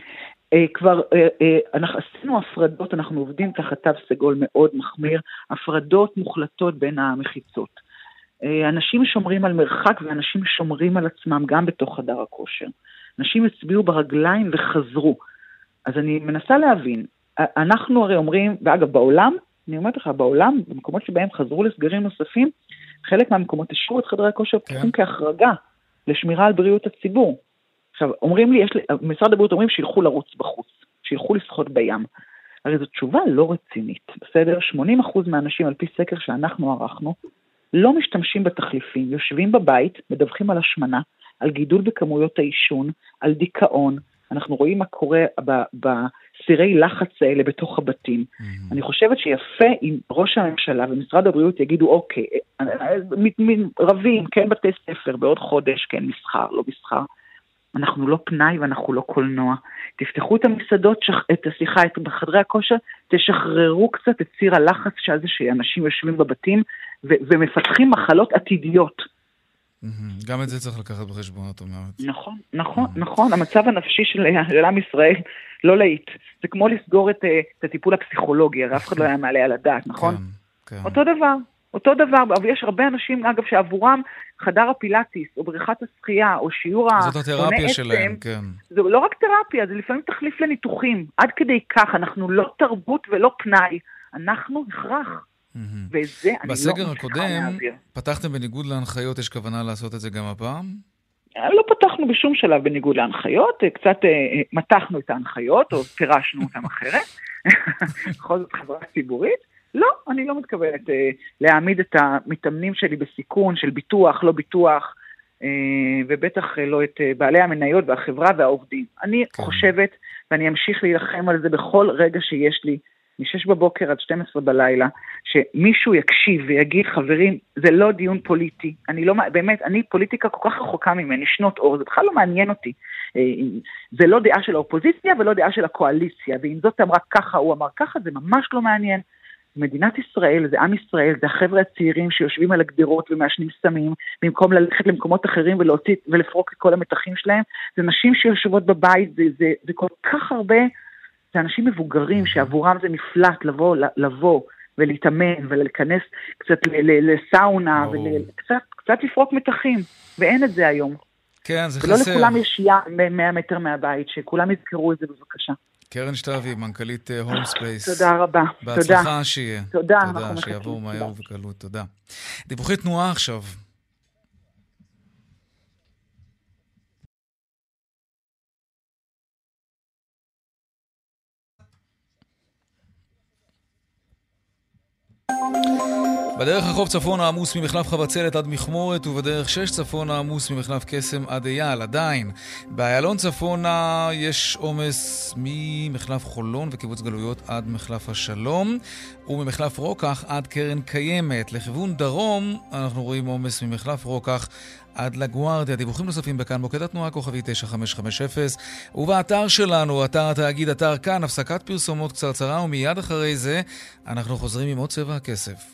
כבר אנחנו עשינו הפרדות, אנחנו עובדים תחת תו סגול מאוד מחמיר, הפרדות מוחלטות בין המחיצות. אנשים שומרים על מרחק ואנשים שומרים על עצמם גם בתוך חדר הכושר. אנשים הצביעו ברגליים וחזרו. אז אני מנסה להבין, אנחנו הרי אומרים, ואגב בעולם, אני אומרת לך, בעולם, במקומות שבהם חזרו לסגרים נוספים, חלק מהמקומות השאירו את חדרי הכושר פתוחים כהחרגה לשמירה על בריאות הציבור. עכשיו, אומרים לי, יש לי, משרד הבריאות אומרים שילכו לרוץ בחוץ, שילכו לשחות בים. הרי זו תשובה לא רצינית, בסדר? שמונים אחוז מהאנשים על פי סקר שאנחנו ערכנו, לא משתמשים בתחליפים, יושבים בבית, מדווחים על השמנה, על גידול בכמויות האישון, על דיכאון. אנחנו רואים מה קורה בסירי לחץ האלה בתוך הבתים. Mm-hmm. אני חושבת שיפה אם ראש הממשלה ומשרד הבריאות יגידו, אוקיי, רבים, כן בתי ספר, בעוד חודש, כן מסחר, לא מסחר. אנחנו לא פנאי ואנחנו לא קולנוע. תפתחו את המסעדות, את השיחה, את בחדרי הכושר, תשחררו קצת את ציר הלחץ שזה שאנשים יושבים בבתים ו- ומפתחים מחלות עתידיות. גם את זה צריך לקחת בחשבון, את אומרת. נכון, נכון, נכון. המצב הנפשי של עם ישראל לא להיט. זה כמו לסגור את, את הטיפול הפסיכולוגי, הרי אף אחד לא היה מעלה על הדעת, נכון? כן, כן. אותו דבר. אותו דבר, אבל יש הרבה אנשים, אגב, שעבורם חדר הפילאטיס, או בריכת השחייה, או שיעור העונה עצם, זאת התרפיה שלהם, כן. זה לא רק תרפיה, זה לפעמים תחליף לניתוחים. עד כדי כך, אנחנו לא תרבות ולא פנאי, אנחנו הכרח. וזה אני לא בסגר הקודם, פתחתם בניגוד להנחיות, יש כוונה לעשות את זה גם הפעם? לא פתחנו בשום שלב בניגוד להנחיות, קצת מתחנו את ההנחיות, או פירשנו אותם אחרת. בכל זאת חברה ציבורית. לא, אני לא מתכוונת אה, להעמיד את המתאמנים שלי בסיכון של ביטוח, לא ביטוח, אה, ובטח אה, לא את אה, בעלי המניות והחברה והעובדים. אני כן. חושבת, ואני אמשיך להילחם על זה בכל רגע שיש לי, משש בבוקר עד שתים עשרה בלילה, שמישהו יקשיב ויגיד, חברים, זה לא דיון פוליטי. אני לא, באמת, אני פוליטיקה כל כך רחוקה ממני, שנות אור, זה בכלל לא מעניין אותי. אה, זה לא דעה של האופוזיציה ולא דעה של הקואליציה, ואם זאת אמרה ככה, הוא אמר ככה, זה ממש לא מעניין. מדינת ישראל, זה עם ישראל, זה החבר'ה הצעירים שיושבים על הגדרות ומאשנים סמים, במקום ללכת למקומות אחרים ולהוציא ולפרוק את כל המתחים שלהם, זה נשים שיושבות בבית, זה, זה, זה כל כך הרבה, זה אנשים מבוגרים שעבורם זה מפלט לבוא, לבוא ולהתאמן ולהיכנס קצת לסאונה, וקצת, קצת לפרוק מתחים, ואין את זה היום. כן, זה ולא חסר. ולא לכולם יש ים מאה מטר מהבית, שכולם יזכרו את זה בבקשה. קרן שטבי, מנכ"לית הום ספייס. תודה רבה. בהצלחה שיהיה. תודה. תודה, שיעבור מהר ובקלות. תודה. דיווחי תנועה עכשיו. בדרך החוף צפון העמוס ממחלף חבצלת עד מכמורת, ובדרך שש צפון העמוס ממחלף קסם עד אייל. עדיין, באיילון צפונה יש עומס ממחלף חולון וקיבוץ גלויות עד מחלף השלום, וממחלף רוקח עד קרן קיימת. לכיוון דרום אנחנו רואים עומס ממחלף רוקח עד לגוארדיה. דיווחים נוספים בכאן מוקד התנועה כוכבי תשע חמש חמש אפס, ובאתר שלנו, אתר התאגיד, אתר כאן, הפסקת פרסומות קצרצרה, ומיד אחרי זה אנחנו חוזרים עם עוד צבע הכסף.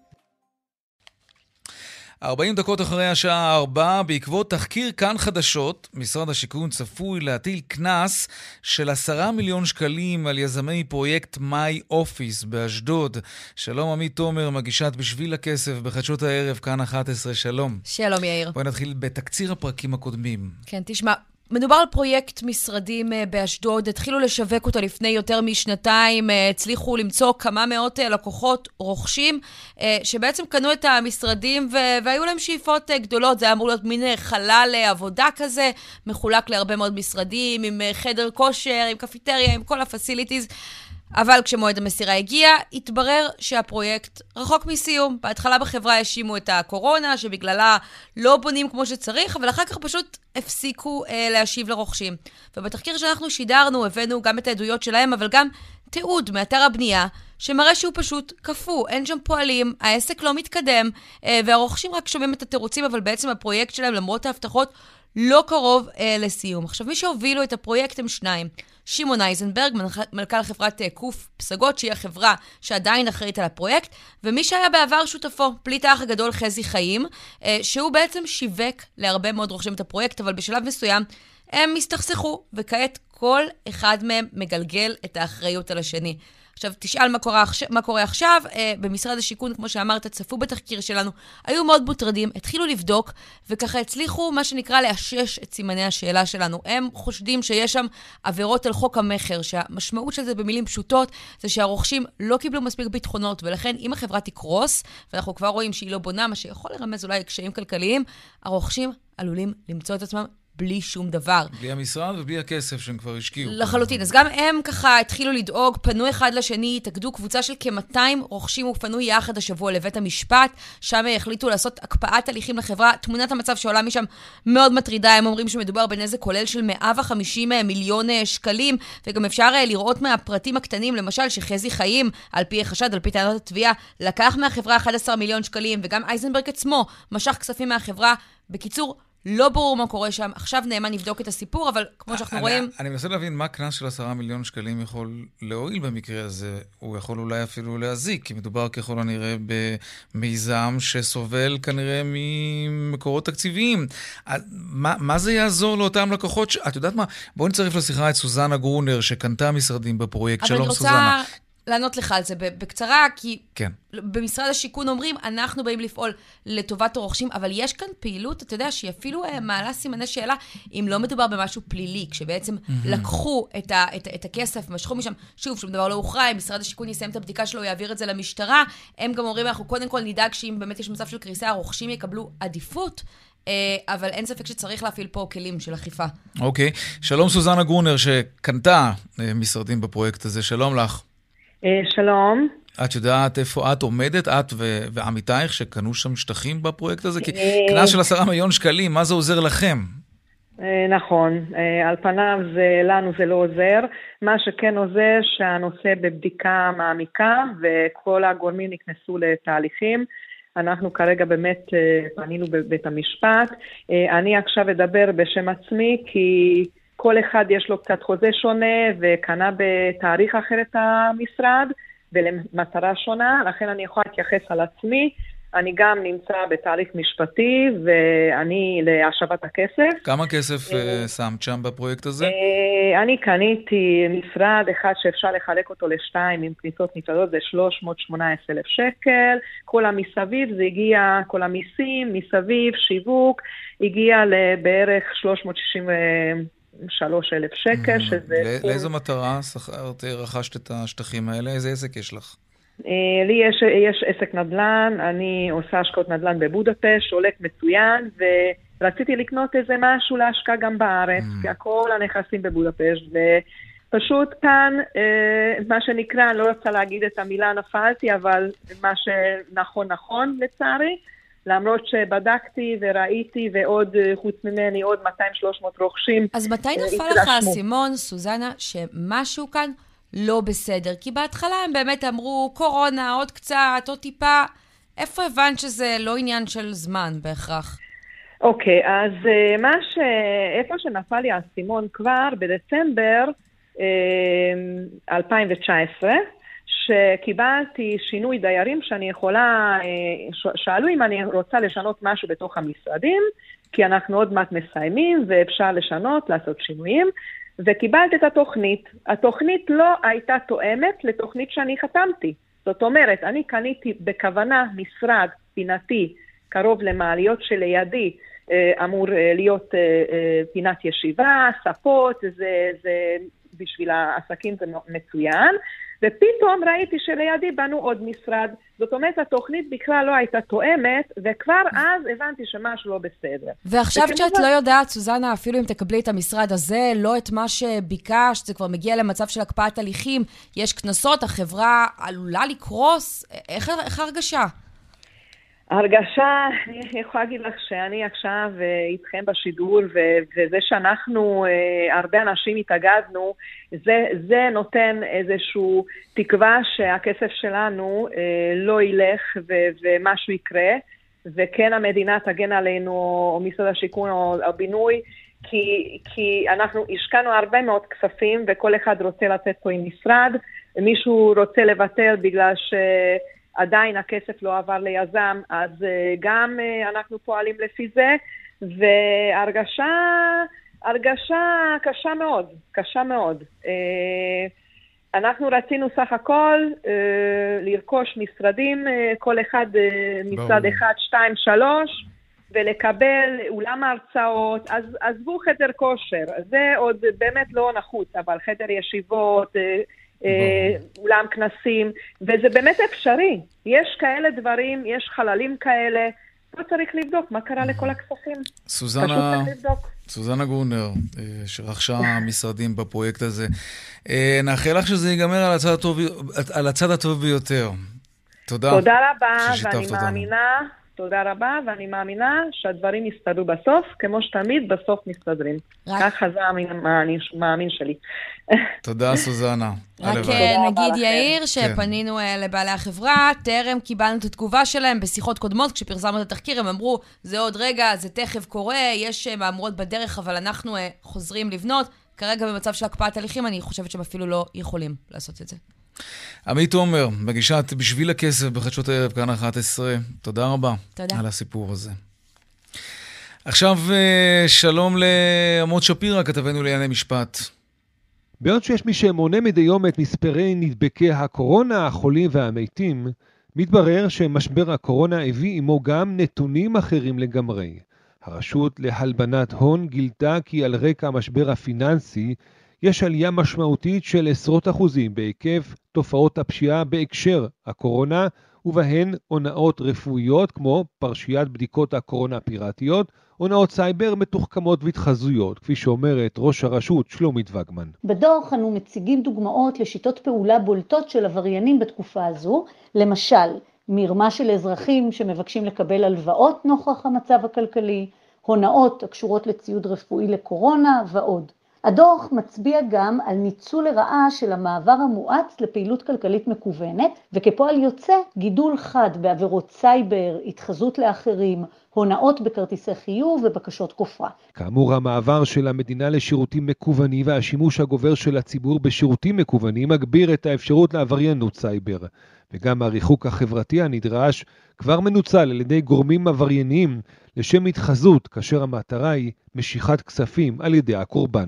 ארבעים דקות אחרי השעה ארבע, בעקבות תחקיר כאן חדשות, משרד השיכון צפוי להטיל קנס של עשרה מיליון שקלים על יזמי פרויקט מיי אופיס באשדוד. שלום עמית תומר, מגישת בשביל הכסף בחדשות הערב, כאן אחת עשרה, שלום. שלום יאיר. בואי נתחיל בתקציר הפרקים הקודמים. כן, תשמע, מדובר על פרויקט משרדים באשדוד, התחילו לשווק אותו לפני יותר משנתיים, הצליחו למצוא כמה מאות לקוחות רוכשים, שבעצם קנו את המשרדים והיו להם שאיפות גדולות. זה היה אמור להיות מין חלל עבודה כזה, מחולק להרבה מאוד משרדים, עם חדר כושר, עם קפיטריה, עם כל הפסיליטיז. אבל כשמועד המסירה הגיע, התברר שהפרויקט רחוק מסיום. בהתחלה בחברה האשימו את הקורונה, שבגללה לא בונים כמו שצריך, אבל אחר כך פשוט הפסיקו אה, להשיב לרוכשים. ובתחקיר שאנחנו שידרנו, הבאנו גם את העדויות שלהם, אבל גם תיעוד מאתר הבנייה, שמראה שהוא פשוט קפוא, אין שם פועלים, העסק לא מתקדם, אה, והרוכשים רק שומעים את התירוצים, אבל בעצם הפרויקט שלהם, למרות ההבטחות, לא קרוב אה, לסיום. עכשיו, מי שהובילו את הפרויקט הם שניים. שמעון אייזנברג, מנכ"ל חברת קוף פסגות, שהיא החברה שעדיין אחראית על הפרויקט, ומי שהיה בעבר שותפו, פליט האח הגדול חזי חיים, אה, שהוא בעצם שיווק להרבה מאוד רוכשים את הפרויקט, אבל בשלב מסוים הם הסתכסכו, וכעת כל אחד מהם מגלגל את האחריות על השני. עכשיו, תשאל מה קורה, מה קורה עכשיו. במשרד השיכון, כמו שאמרת, צפו בתחקיר שלנו, היו מאוד מוטרדים, התחילו לבדוק, וככה הצליחו, מה שנקרא, לאשש את סימני השאלה שלנו. הם חושדים שיש שם עבירות על חוק המחר, שהמשמעות של זה במילים פשוטות, זה שהרוכשים לא קיבלו מספיק ביטחונות, ולכן אם החברה תקרוס, ואנחנו כבר רואים שהיא לא בונה, מה שיכול לרמז אולי קשיים כלכליים, הרוכשים עלולים למצוא את עצמם בלי שום דבר. בלי המשרד ובלי הכסף שהם כבר השקיעו. לחלוטין. אז גם הם ככה התחילו לדאוג, פנו אחד לשני, התאגדו קבוצה של כ-מאתיים רוכשים ופנו יחד השבוע לבית המשפט, שם החליטו לעשות הקפאת הליכים לחברה. תמונת המצב שעולה משם מאוד מטרידה, הם אומרים שמדובר בנזק כולל של מאה וחמישים מיליון שקלים, וגם אפשר לראות מהפרטים הקטנים, למשל שחזי חיים, על פי חשד, על פי טענות התביעה, לקח מהחברה אחד עשר מיליון שקלים, וגם אייזנברג עצמו משך כספים מהחברה. בקיצור, לא ברור מה קורה שם. עכשיו נאמן נבדוק את הסיפור, אבל כמו שאנחנו רואים... אני מנסה להבין מה קנס של עשרה מיליון שקלים יכול להועיל במקרה הזה. הוא יכול אולי אפילו להזיק, כי מדובר ככל הנראה במיזם שסובל כנראה ממקורות תקציביים. מה, מה זה יעזור לאותם לקוחות? ש... את יודעת מה? בואו נצרף לשיחה את סוזנה גרונר, שקנתה משרדים בפרויקט. שלום סוזנה. אבל אני רוצה לענות לך על זה בקצרה, כי כן. במשרד השיכון אומרים, אנחנו באים לפעול לטובת הרוכשים, אבל יש כאן פעילות, אתה יודע, שהיא אפילו מעלה סימני שאלה, אם לא מדובר במשהו פלילי, כשבעצם mm-hmm. לקחו את, ה, את, את הכסף, משכו משם, שוב, שום דבר לא הוכרע, אם משרד השיכון יסיים את הבדיקה שלו, יעביר את זה למשטרה, הם גם אומרים, אנחנו קודם כל נדאג שאם באמת יש מצב של קריסה, הרוכשים יקבלו עדיפות, אבל אין ספק שצריך להפעיל פה כלים של אכיפה. אוקיי. שלום סוזנה גרונר, שקנתה משרדים בפרויקט הזה. שלום לך. שלום. את יודעת איפה את עומדת, את ו- ועמיתייך שקנו שם שטחים בפרויקט הזה? כי קנס של עשרה מיליון שקלים, מה זה עוזר לכם? נכון, על פניו זה, לנו זה לא עוזר. מה שכן עוזר שהנושא בבדיקה מעמיקה וכל הגורמים נכנסו לתהליכים. אנחנו כרגע באמת פנינו בבית המשפט. אני עכשיו אדבר בשם עצמי כי כל אחד יש לו קצת חוזה שונה וקנה בתאריך אחר את המשרד ולמטרה שונה, לכן אני יכולה להתייחס על עצמי. אני גם נמצא בתהליך משפטי ואני להשבת הכסף. כמה כסף שמת שם בפרויקט הזה? אני קניתי משרד אחד שאפשר לחלק אותו לשתיים עם כניסות נפרדות, זה שלוש מאות ושמונה עשרה אלף שקל. כל המסביב זה הגיע, כל המיסים מסביב, שיווק, הגיע לבערך שלוש מאות שישים ושלוש אלף שקל. שזה... לאיזו מטרה רכשת את השטחים האלה? איזה עסק יש לך? לי יש, יש עסק נדל"ן, אני עושה השקעות נדל"ן בבודפשט, הולך מצוין, ורציתי לקנות איזה משהו להשקעה גם בארץ, mm. כי הכל הנכסים בבודפשט, ופשוט כאן, מה שנקרא, אני לא רוצה להגיד את המילה נפלתי, אבל מה שנכון נכון לצערי, למרות שבדקתי וראיתי, ועוד חוץ ממני עוד מאתיים שלוש מאות רוכשים. אז מתי נפל לך הסימון, סוזנה, שמשהו כאן לא בסדר? כי בהתחלה הם באמת אמרו קורונה, עוד קצת, עוד טיפה. איפה הבנת שזה לא עניין של זמן בהכרח? אוקיי, okay, אז מה ש... איפה שנפל לי הסימון כבר בדצמבר אלפיים תשע עשרה, שקיבלתי שינוי דיירים שאני יכולה, שאלו אם אני רוצה לשנות משהו בתוך המשרדים, כי אנחנו עוד מעט מסיימים ואפשר לשנות, לעשות שינויים, וקיבלת את התוכנית. התוכנית לא הייתה תואמת לתוכנית שאני חתמתי. זאת אומרת, אני קניתי בכוונה משרד פינתי קרוב למעליות שלידי, אמור להיות פינת ישיבה, ספות, זה, זה בשביל העסקים זה מצוין, ופתאום ראיתי שלידי בנו עוד משרד. זאת אומרת, התוכנית בכלל לא הייתה תואמת, וכבר אז הבנתי שמשהו לא בסדר. ועכשיו שאת לא יודעת, סוזנה, אפילו אם תקבלי את המשרד הזה, לא את מה שביקשת, זה כבר מגיע למצב של הקפאת הליכים, יש כנסות, החברה עלולה לקרוס, איך, איך הרגשה? הרגשה, אני יכולה להגיד לך שאני עכשיו איתכם בשידור, וזה שאנחנו, הרבה אנשים התאגדנו, זה, זה נותן איזשהו תקווה שהכסף שלנו לא ילך ומשהו יקרה, וכן המדינה תגן עלינו, או משרד השיכון או הבינוי, כי, כי אנחנו השקענו הרבה מאוד כספים, וכל אחד רוצה לתת פה עם משרד, מישהו רוצה לוותר בגלל ש... עדיין הכסף לא עבר ליזם, אז גם אנחנו פועלים לפי זה, והרגשה, הרגשה קשה מאוד, קשה מאוד. אנחנו רצינו סך הכל לרכוש משרדים, כל אחד משרד אחד, שתיים, שלוש, ולקבל אולם ההרצאות, אז עזבו חדר כושר, זה עוד באמת לא נחוץ, אבל חדר ישיבות, אולם כנסים, וזה באמת אפשרי. יש כאלה דברים, יש חללים כאלה, לא צריך לבדוק מה קרה לכל הכספים. סוזנה, סוזנה גרונר, שרכשה משרדים בפרויקט הזה. נאחל לך שזה ייגמר על הצד הטוב, על הצד הטוב ביותר. תודה. תודה רבה, ואני מאמינה, תודה רבה, ואני מאמינה שהדברים יסתדרו בסוף, כמו שתמיד בסוף מסתדרים. ככה זה המאמין שלי. תודה, סוזנה. רק נגיד יאיר, שפנינו לבעלי החברה, טרם קיבלנו את התגובה שלהם בשיחות קודמות, כשפרסמנו את התחקיר, הם אמרו, זה עוד רגע, זה תכף קורה, יש מאמרות בדרך, אבל אנחנו חוזרים לבנות. כרגע במצב של הקפאת הליכים, אני חושבת שהם אפילו לא יכולים לעשות את זה. עמית עומר, מגישת בשביל הכסף בחדשות הערב, כאן אחת עשרה. תודה רבה. תודה. על הסיפור הזה. עכשיו שלום לעמוד שפירא, כתבנו לענייני משפט. בעוד שיש מי שמונה מדי יום את מספרי נדבקי הקורונה, החולים והמתים, מתברר שמשבר הקורונה הביא עמו גם נתונים אחרים לגמרי. הרשות להלבנת הון גילתה כי על רקע המשבר הפיננסי יש עלייה משמעותית של עשרות אחוזים בהיקף תופעות הפשיעה בהקשר הקורונה, ובהן הונאות רפואיות כמו פרשיית בדיקות הקורונה הפיראטיות, הונאות סייבר מתוחכמות והתחזויות, כפי שאומרת ראש הרשות שלומית וגמן. בדוח אנו מציגים דוגמאות לשיטות פעולה בולטות של עבריינים בתקופה הזו, למשל מרמה של אזרחים שמבקשים לקבל הלוואות נוכח המצב הכלכלי, הונאות הקשורות לציוד רפואי לקורונה ועוד. הדוח מצביע גם על ניצול לרעה של המעבר המואץ לפעילות כלכלית מקוונת, וכפועל יוצא גידול חד בעבירות סייבר, התחזות לאחרים, הונאות בכרטיסי חיוב ובקשות כופרה. כאמור, המעבר של המדינה לשירותים מקוונים והשימוש הגובר של הציבור בשירותים מקוונים מגביר את האפשרות לעבריינות סייבר. וגם הריחוק החברתי הנדרש כבר מנוצל על ידי גורמים עברייניים לשם התחזות, כאשר המטרה היא משיכת כספים על ידי הקורבן.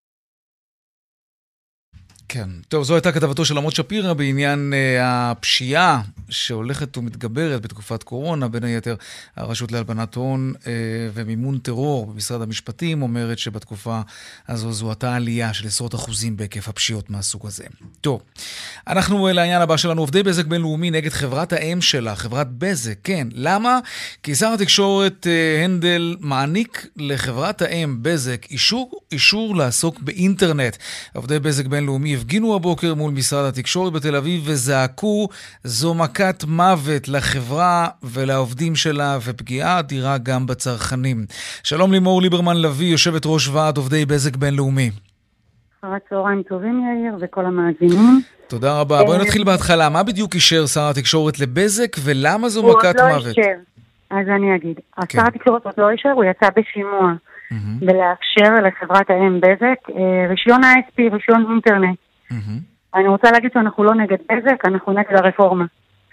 כן. טוב, זו הייתה כתבתו של עמוד שפירא בעניין uh, הפשיעה שהולכת ומתגברת בתקופת קורונה, בין היתר הרשות להלבנת הון uh, ומימון טרור במשרד המשפטים אומרת שבתקופה הזו זוהתה עלייה של עשרות אחוזים בהיקף הפשיעות מהסוג הזה. טוב, אנחנו uh, לעניין הבא שלנו, עובדי בזק בינלאומי נגד חברת האם שלה, חברת בזק, כן. למה? כי שר התקשורת uh, הנדל מעניק לחברת האם בזק אישור, אישור לעסוק באינטרנט. עובדי בזק בינלאומי הפגינו הבוקר מול משרד התקשורת בתל אביב וזעקו, זו מכת מוות לחברה ולעובדים שלה ופגיעה אדירה גם בצרכנים. שלום לימור ליברמן לוי, יושבת ראש ועד עובדי בזק בינלאומי. אחר הצהריים טובים יאיר וכל המאזינים. תודה רבה. בואי נתחיל בהתחלה. מה בדיוק אישר שר התקשורת לבזק ולמה זו מכת לא מוות? אישר. אז אני אגיד. כן. שר התקשורת עוד לא אישר, הוא יצא בשימוע. Mm-hmm. ולאפשר לחברת האם בזק רישיון ה-איי אס פי, רישיון אינטרנט. Mm-hmm. אני רוצה להגיד שאנחנו לא נגד בזק, אנחנו נגד הרפורמה.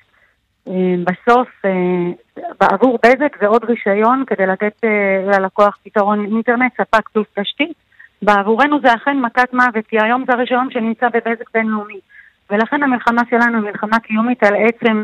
בסוף, בעבור בזק זה עוד רישיון כדי לתת ללקוח פתרון אינטרנט, ספק פלוס תשתית. בעבורנו זה אכן מכת מוות, כי היום זה הרישיון שנמצא בבזק בינלאומי. ולכן המלחמה שלנו היא מלחמה קיומית על עצם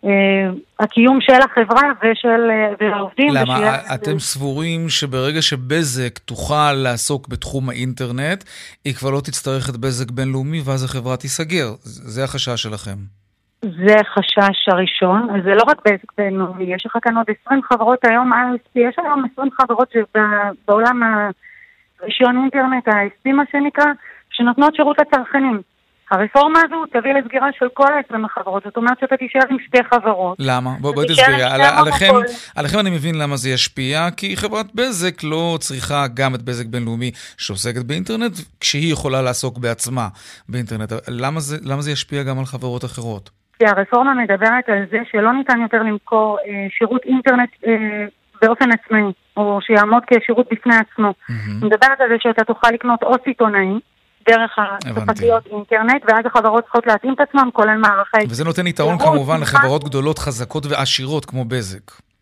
הקיום של החברה ושל העובדים. למה? אתם סבורים שברגע שבזק תוכל לעסוק בתחום האינטרנט, היא כבר לא תצטרך את בזק בינלאומי ואז החברה תיסגר. זה החשש שלכם. זה חשש הראשון. זה לא רק בזק בינלאומי. יש לך כאן עוד עשרים חברות היום, יש היום עשרים חברות בעולם הרישיון אינטרנט, ה-איי אס פי מה שנקרא, שנותנות שירות לצרכנים. הרפורמה הזו תביא לסגירה של כל עשרים החברות, זאת אומרת שאתה תישאר עם שתי חברות. למה? בואי תסבירי. עליכם, עליכם אני מבין למה זה ישפיע, כי חברת בזק לא צריכה גם את בזק בינלאומי שעוסקת באינטרנט, כשהיא יכולה לעסוק בעצמה באינטרנט. למה זה, למה זה ישפיע גם על חברות אחרות? כי הרפורמה מדברת על זה שלא ניתן יותר למכור אה, שירות אינטרנט אה, באופן עצמאי, או שיעמוד כשירות בפני עצמו. Mm-hmm. מדברת על זה שאתה תוכל לקנות או סיטונאים, דרך הספקיות אינטרנט, ואז החברות צריכות להתאים את עצמם, כולל מערכי... וזה נותן יתרון כמובן לחברות גדולות, חזקות ועשירות כמו בזק.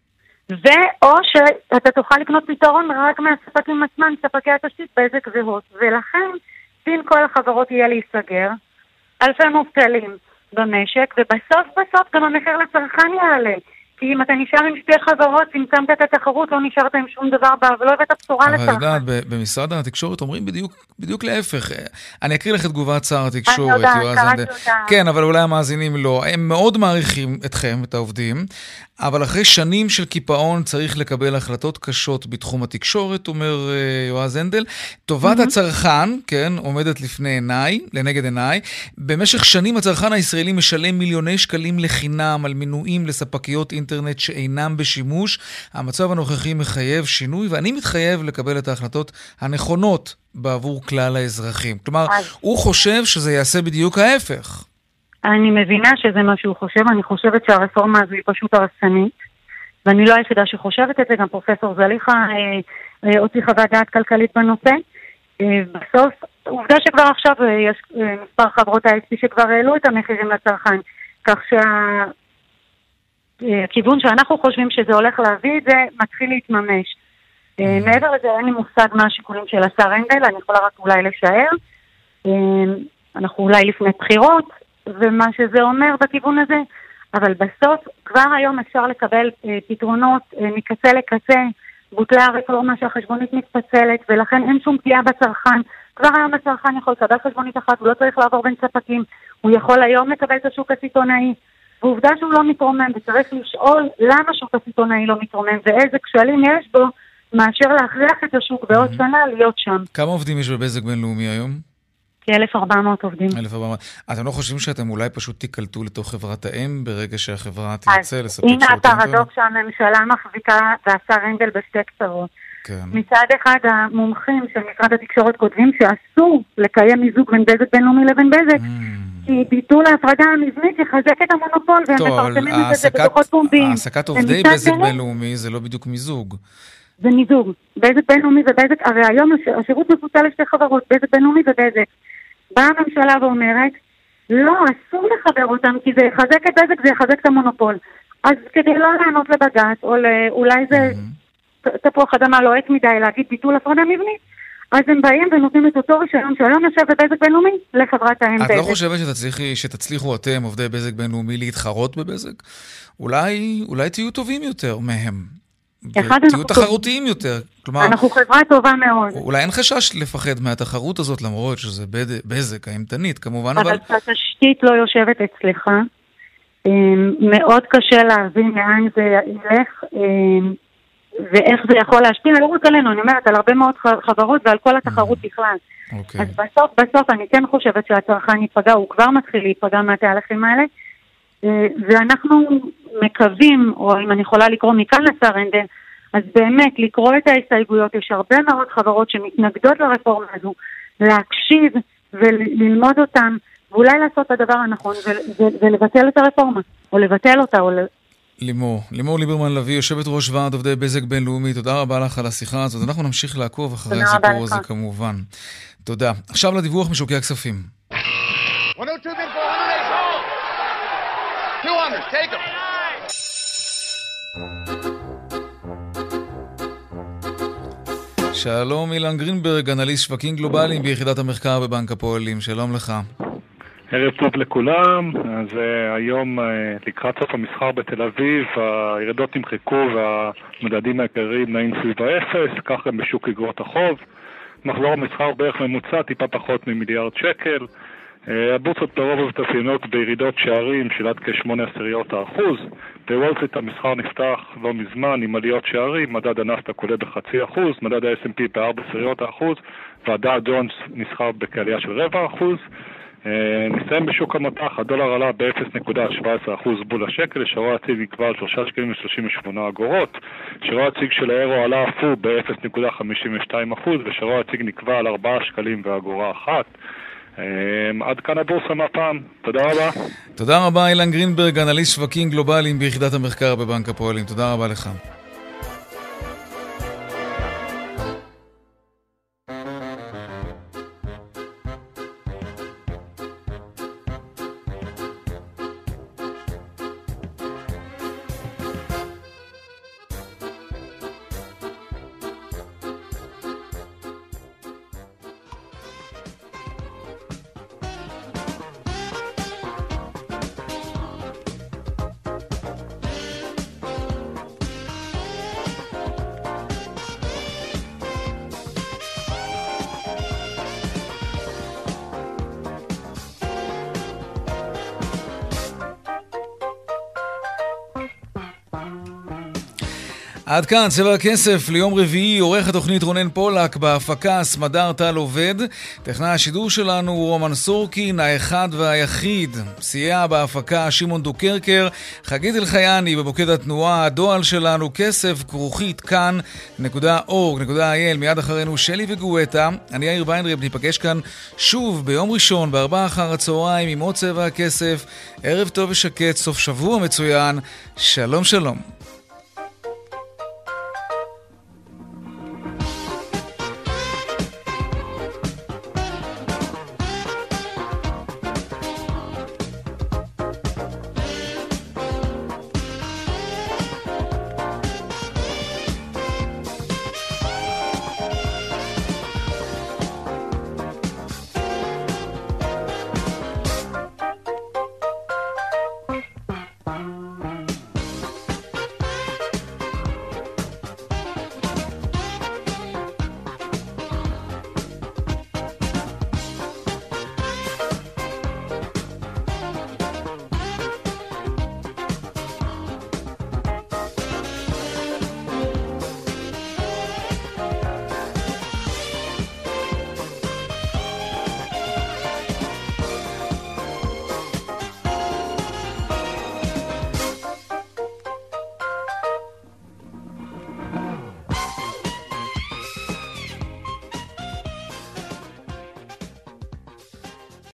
ואו שאתה תוכל לקנות פתרון רק מהספקים עצמם, ספקי התשתית, בזק והוט. ולכן, בין כל החברות יהיה להיסגר, אלפי מובטלים במשק, ובסוף בסוף גם המחיר לצרכן יעלה. כי אם אתה נשאר עם שתי חברות, צמצמת את התחרות, לא נשארת עם שום דבר בה, ולא הבאת בשורה לצרכן. אבל יודעת, במשרד התקשורת אומרים בדיוק, בדיוק להפך. אני אקריא לך את תגובת שר התקשורת, יועז הנדל. כן, אבל אולי המאזינים לא. הם מאוד מעריכים אתכם, את העובדים, אבל אחרי שנים של קיפאון צריך לקבל החלטות קשות בתחום התקשורת, אומר יועז הנדל. טובת הצרכן, כן, עומדת לפני עיניי, לנגד עיניי. במשך שנים הצרכן הישראלי משלם מיליוני שקלים לחינם על מנויים לספקיות אינטרנט שאינם בשימוש. המצב הנוכחי מחייב שינוי, ואני מתחייב לקבל את ההחלטות הנכונות בעבור כלל האזרחים. כלומר, הוא חושב שזה יעשה בדיוק ההפך. אני מבינה שזה מה שהוא חושב, אני חושבת שהרפורמה הזו היא פשוט הרסנית, ואני לא היחידה שחושבת את זה, גם פרופסור זליכה אה, אה, הוציא חוות דעת כלכלית בנושא. אה, בסוף, עובדה שכבר עכשיו אה, יש אה, מספר חברות ה-איי אס פי שכבר העלו את המחירים לצרכן, כך שהכיוון אה, שאנחנו חושבים שזה הולך להביא את זה, מתחיל להתממש. אה, מעבר לזה, אין לי מושג מה השיקולים של השר הנדל, אני יכולה רק אולי לשער. אה, אנחנו אולי לפני בחירות, ומה שזה אומר בכיוון הזה, אבל בסוף כבר היום אפשר לקבל אה, פתרונות אה, מקצה לקצה, בוטלה הרפורמה שהחשבונית מתפצלת, ולכן אין שום פגיעה בצרכן. כבר היום הצרכן יכול לקבל חשבונית אחת, הוא לא צריך לעבור בין ספקים, הוא יכול היום לקבל את השוק הסיטונאי, ועובדה שהוא לא מתרומם, וצריך לשאול למה השוק הסיטונאי לא מתרומם, ואיזה כשלים יש בו, מאשר להכריח את השוק בעוד שנה להיות שם. כמה עובדים יש בבזק בינלאומי היום? כ-אלף וארבע מאות עובדים. אלף וארבע מאות. אתם לא חושבים שאתם אולי פשוט תיקלטו לתוך חברת האם ברגע שהחברה תרצה לספק שירות אינטרנט? הנה הפרדוקס שהממשלה מחזיקה והשר הנדל בשתי קצרות. כן. מצד אחד המומחים של משרד התקשורת כותבים שאסור לקיים מיזוג בין בזק בינלאומי לבין בזק, כי ביטול ההפרדה המבנית יחזק את המונופול, והם מפרסמים את זה בדוחות פומביים. העסקת עובדי בזק בינלאומי זה לא בדיוק מיזוג. זה מיזוג. בזק בינלאומי ובזק, הרי היום השירות מפוצל לשתי חברות, בזק בינלאומי ובזק. באה הממשלה ואומרת, לא, אסור לחבר אותם, כי זה יחזק את בזק, זה יחזק את המונופול. אז כדי לא לענות לבג"ץ, או אולי זה תפוח אדמה לוהט מדי להגיד ביטול הפרדה מבנית, אז הם באים ונותנים את אותו רישיון שהיום יושב בבזק בינלאומי לחברת האם בזק. את לא חושבת שתצליחי, שתצליחו אתם, עובדי בזק בינלאומי, להתחרות בבזק? אולי, אולי תהיו טובים יותר מהם. תהיו תחרותיים יותר. אנחנו חברה טובה מאוד. אולי אין חשש לפחד מהתחרות הזאת, למרות שזה בזק האימתנית, כמובן. אבל התשתית לא יושבת אצלך. מאוד קשה להבין לאן זה ילך, ואיך זה יכול להשפיע, לא רק עלינו, אני אומרת, על הרבה מאוד חברות ועל כל התחרות בכלל. אז בסוף, בסוף אני כן חושבת שהצרכן ייפגע, הוא כבר מתחיל להיפגע מהתהליכים האלה, ואנחנו מקווים, או אם אני יכולה לקרוא מכאן לשר הנדל, אז באמת לקרוא את ההסתייגויות, יש הרבה מאוד חברות שמתנגדות לרפורמה הזו, להקשיב וללמוד אותם, ואולי לעשות את הדבר הנכון, ולבטל את הרפורמה, או לבטל אותה, או... לימור, לימור ליברמן לוי, יושבת ראש ועד עובדי בזק בינלאומי, תודה רבה לך על השיחה הזאת, אנחנו נמשיך לעקוב אחרי הסיפור הזה כמובן. תודה. עכשיו לדיווח משוקי הכספים. שלום אילן גרינברג, אנליסט שווקים גלובליים ביחידת המחקר בבנק הפועלים, שלום לך. ערב טוב לכולם. אז uh, היום uh, לקראת סוף המסחר בתל אביב, הירדות נמחקו והמדדים העיקריים נעים סביב האפס, כך גם בשוק אגרות החוב. מחזור המסחר בערך ממוצע, טיפה פחות ממיליארד שקל. Uh, הבורסות לרוב מתאפיינות בירידות שערים של עד כשמונה עשיריות האחוז. בוול סטריט המסחר נפתח לא מזמן עם עליות שערים, מדד הנאסד"ק עולה בחצי אחוז, מדד ה-אס אנד פי בארבע עשיריות האחוז, והדאו ג'ונס נסחר בכעלייה של רבע אחוז. נסיים בשוק המטח, הדולר עלה ב-אפס נקודה שבע עשרה אחוז בול השקל, שרוע הציג נקבע על שלושה שקלים ושלושים ושמונה אגורות, שרוע הציג של האירו עלה אף הוא ב-אפס נקודה חמישים ושתיים אחוז, ושרוע הציג נקבע על ארבעה שקלים ואגורה אחת. עד כאן הבורסה מהפעם. תודה רבה. תודה רבה אילן גרינברג, אנליסט שווקים גלובליים ביחידת המחקר בבנק הפועלים. תודה רבה לך. עד כאן צבע הכסף ליום רביעי, עורך התוכנית רונן פולק, בהפקה סמדר טל עובד, טכנאי השידור שלנו הוא רומן סורקין, האחד והיחיד, סייע בהפקה שמעון דוקרקר, חגית אלחייני במוקד התנועה, הדואל שלנו כסף כרוכית כאן נקודה אורג נקודה איי אל, מיד אחרינו שלי וגואטה, אני יאיר ויינרב, ניפגש כאן שוב ביום ראשון בארבע אחר הצהריים עם עוד צבע הכסף, ערב טוב ושקט, סוף שבוע מצוין, שלום שלום.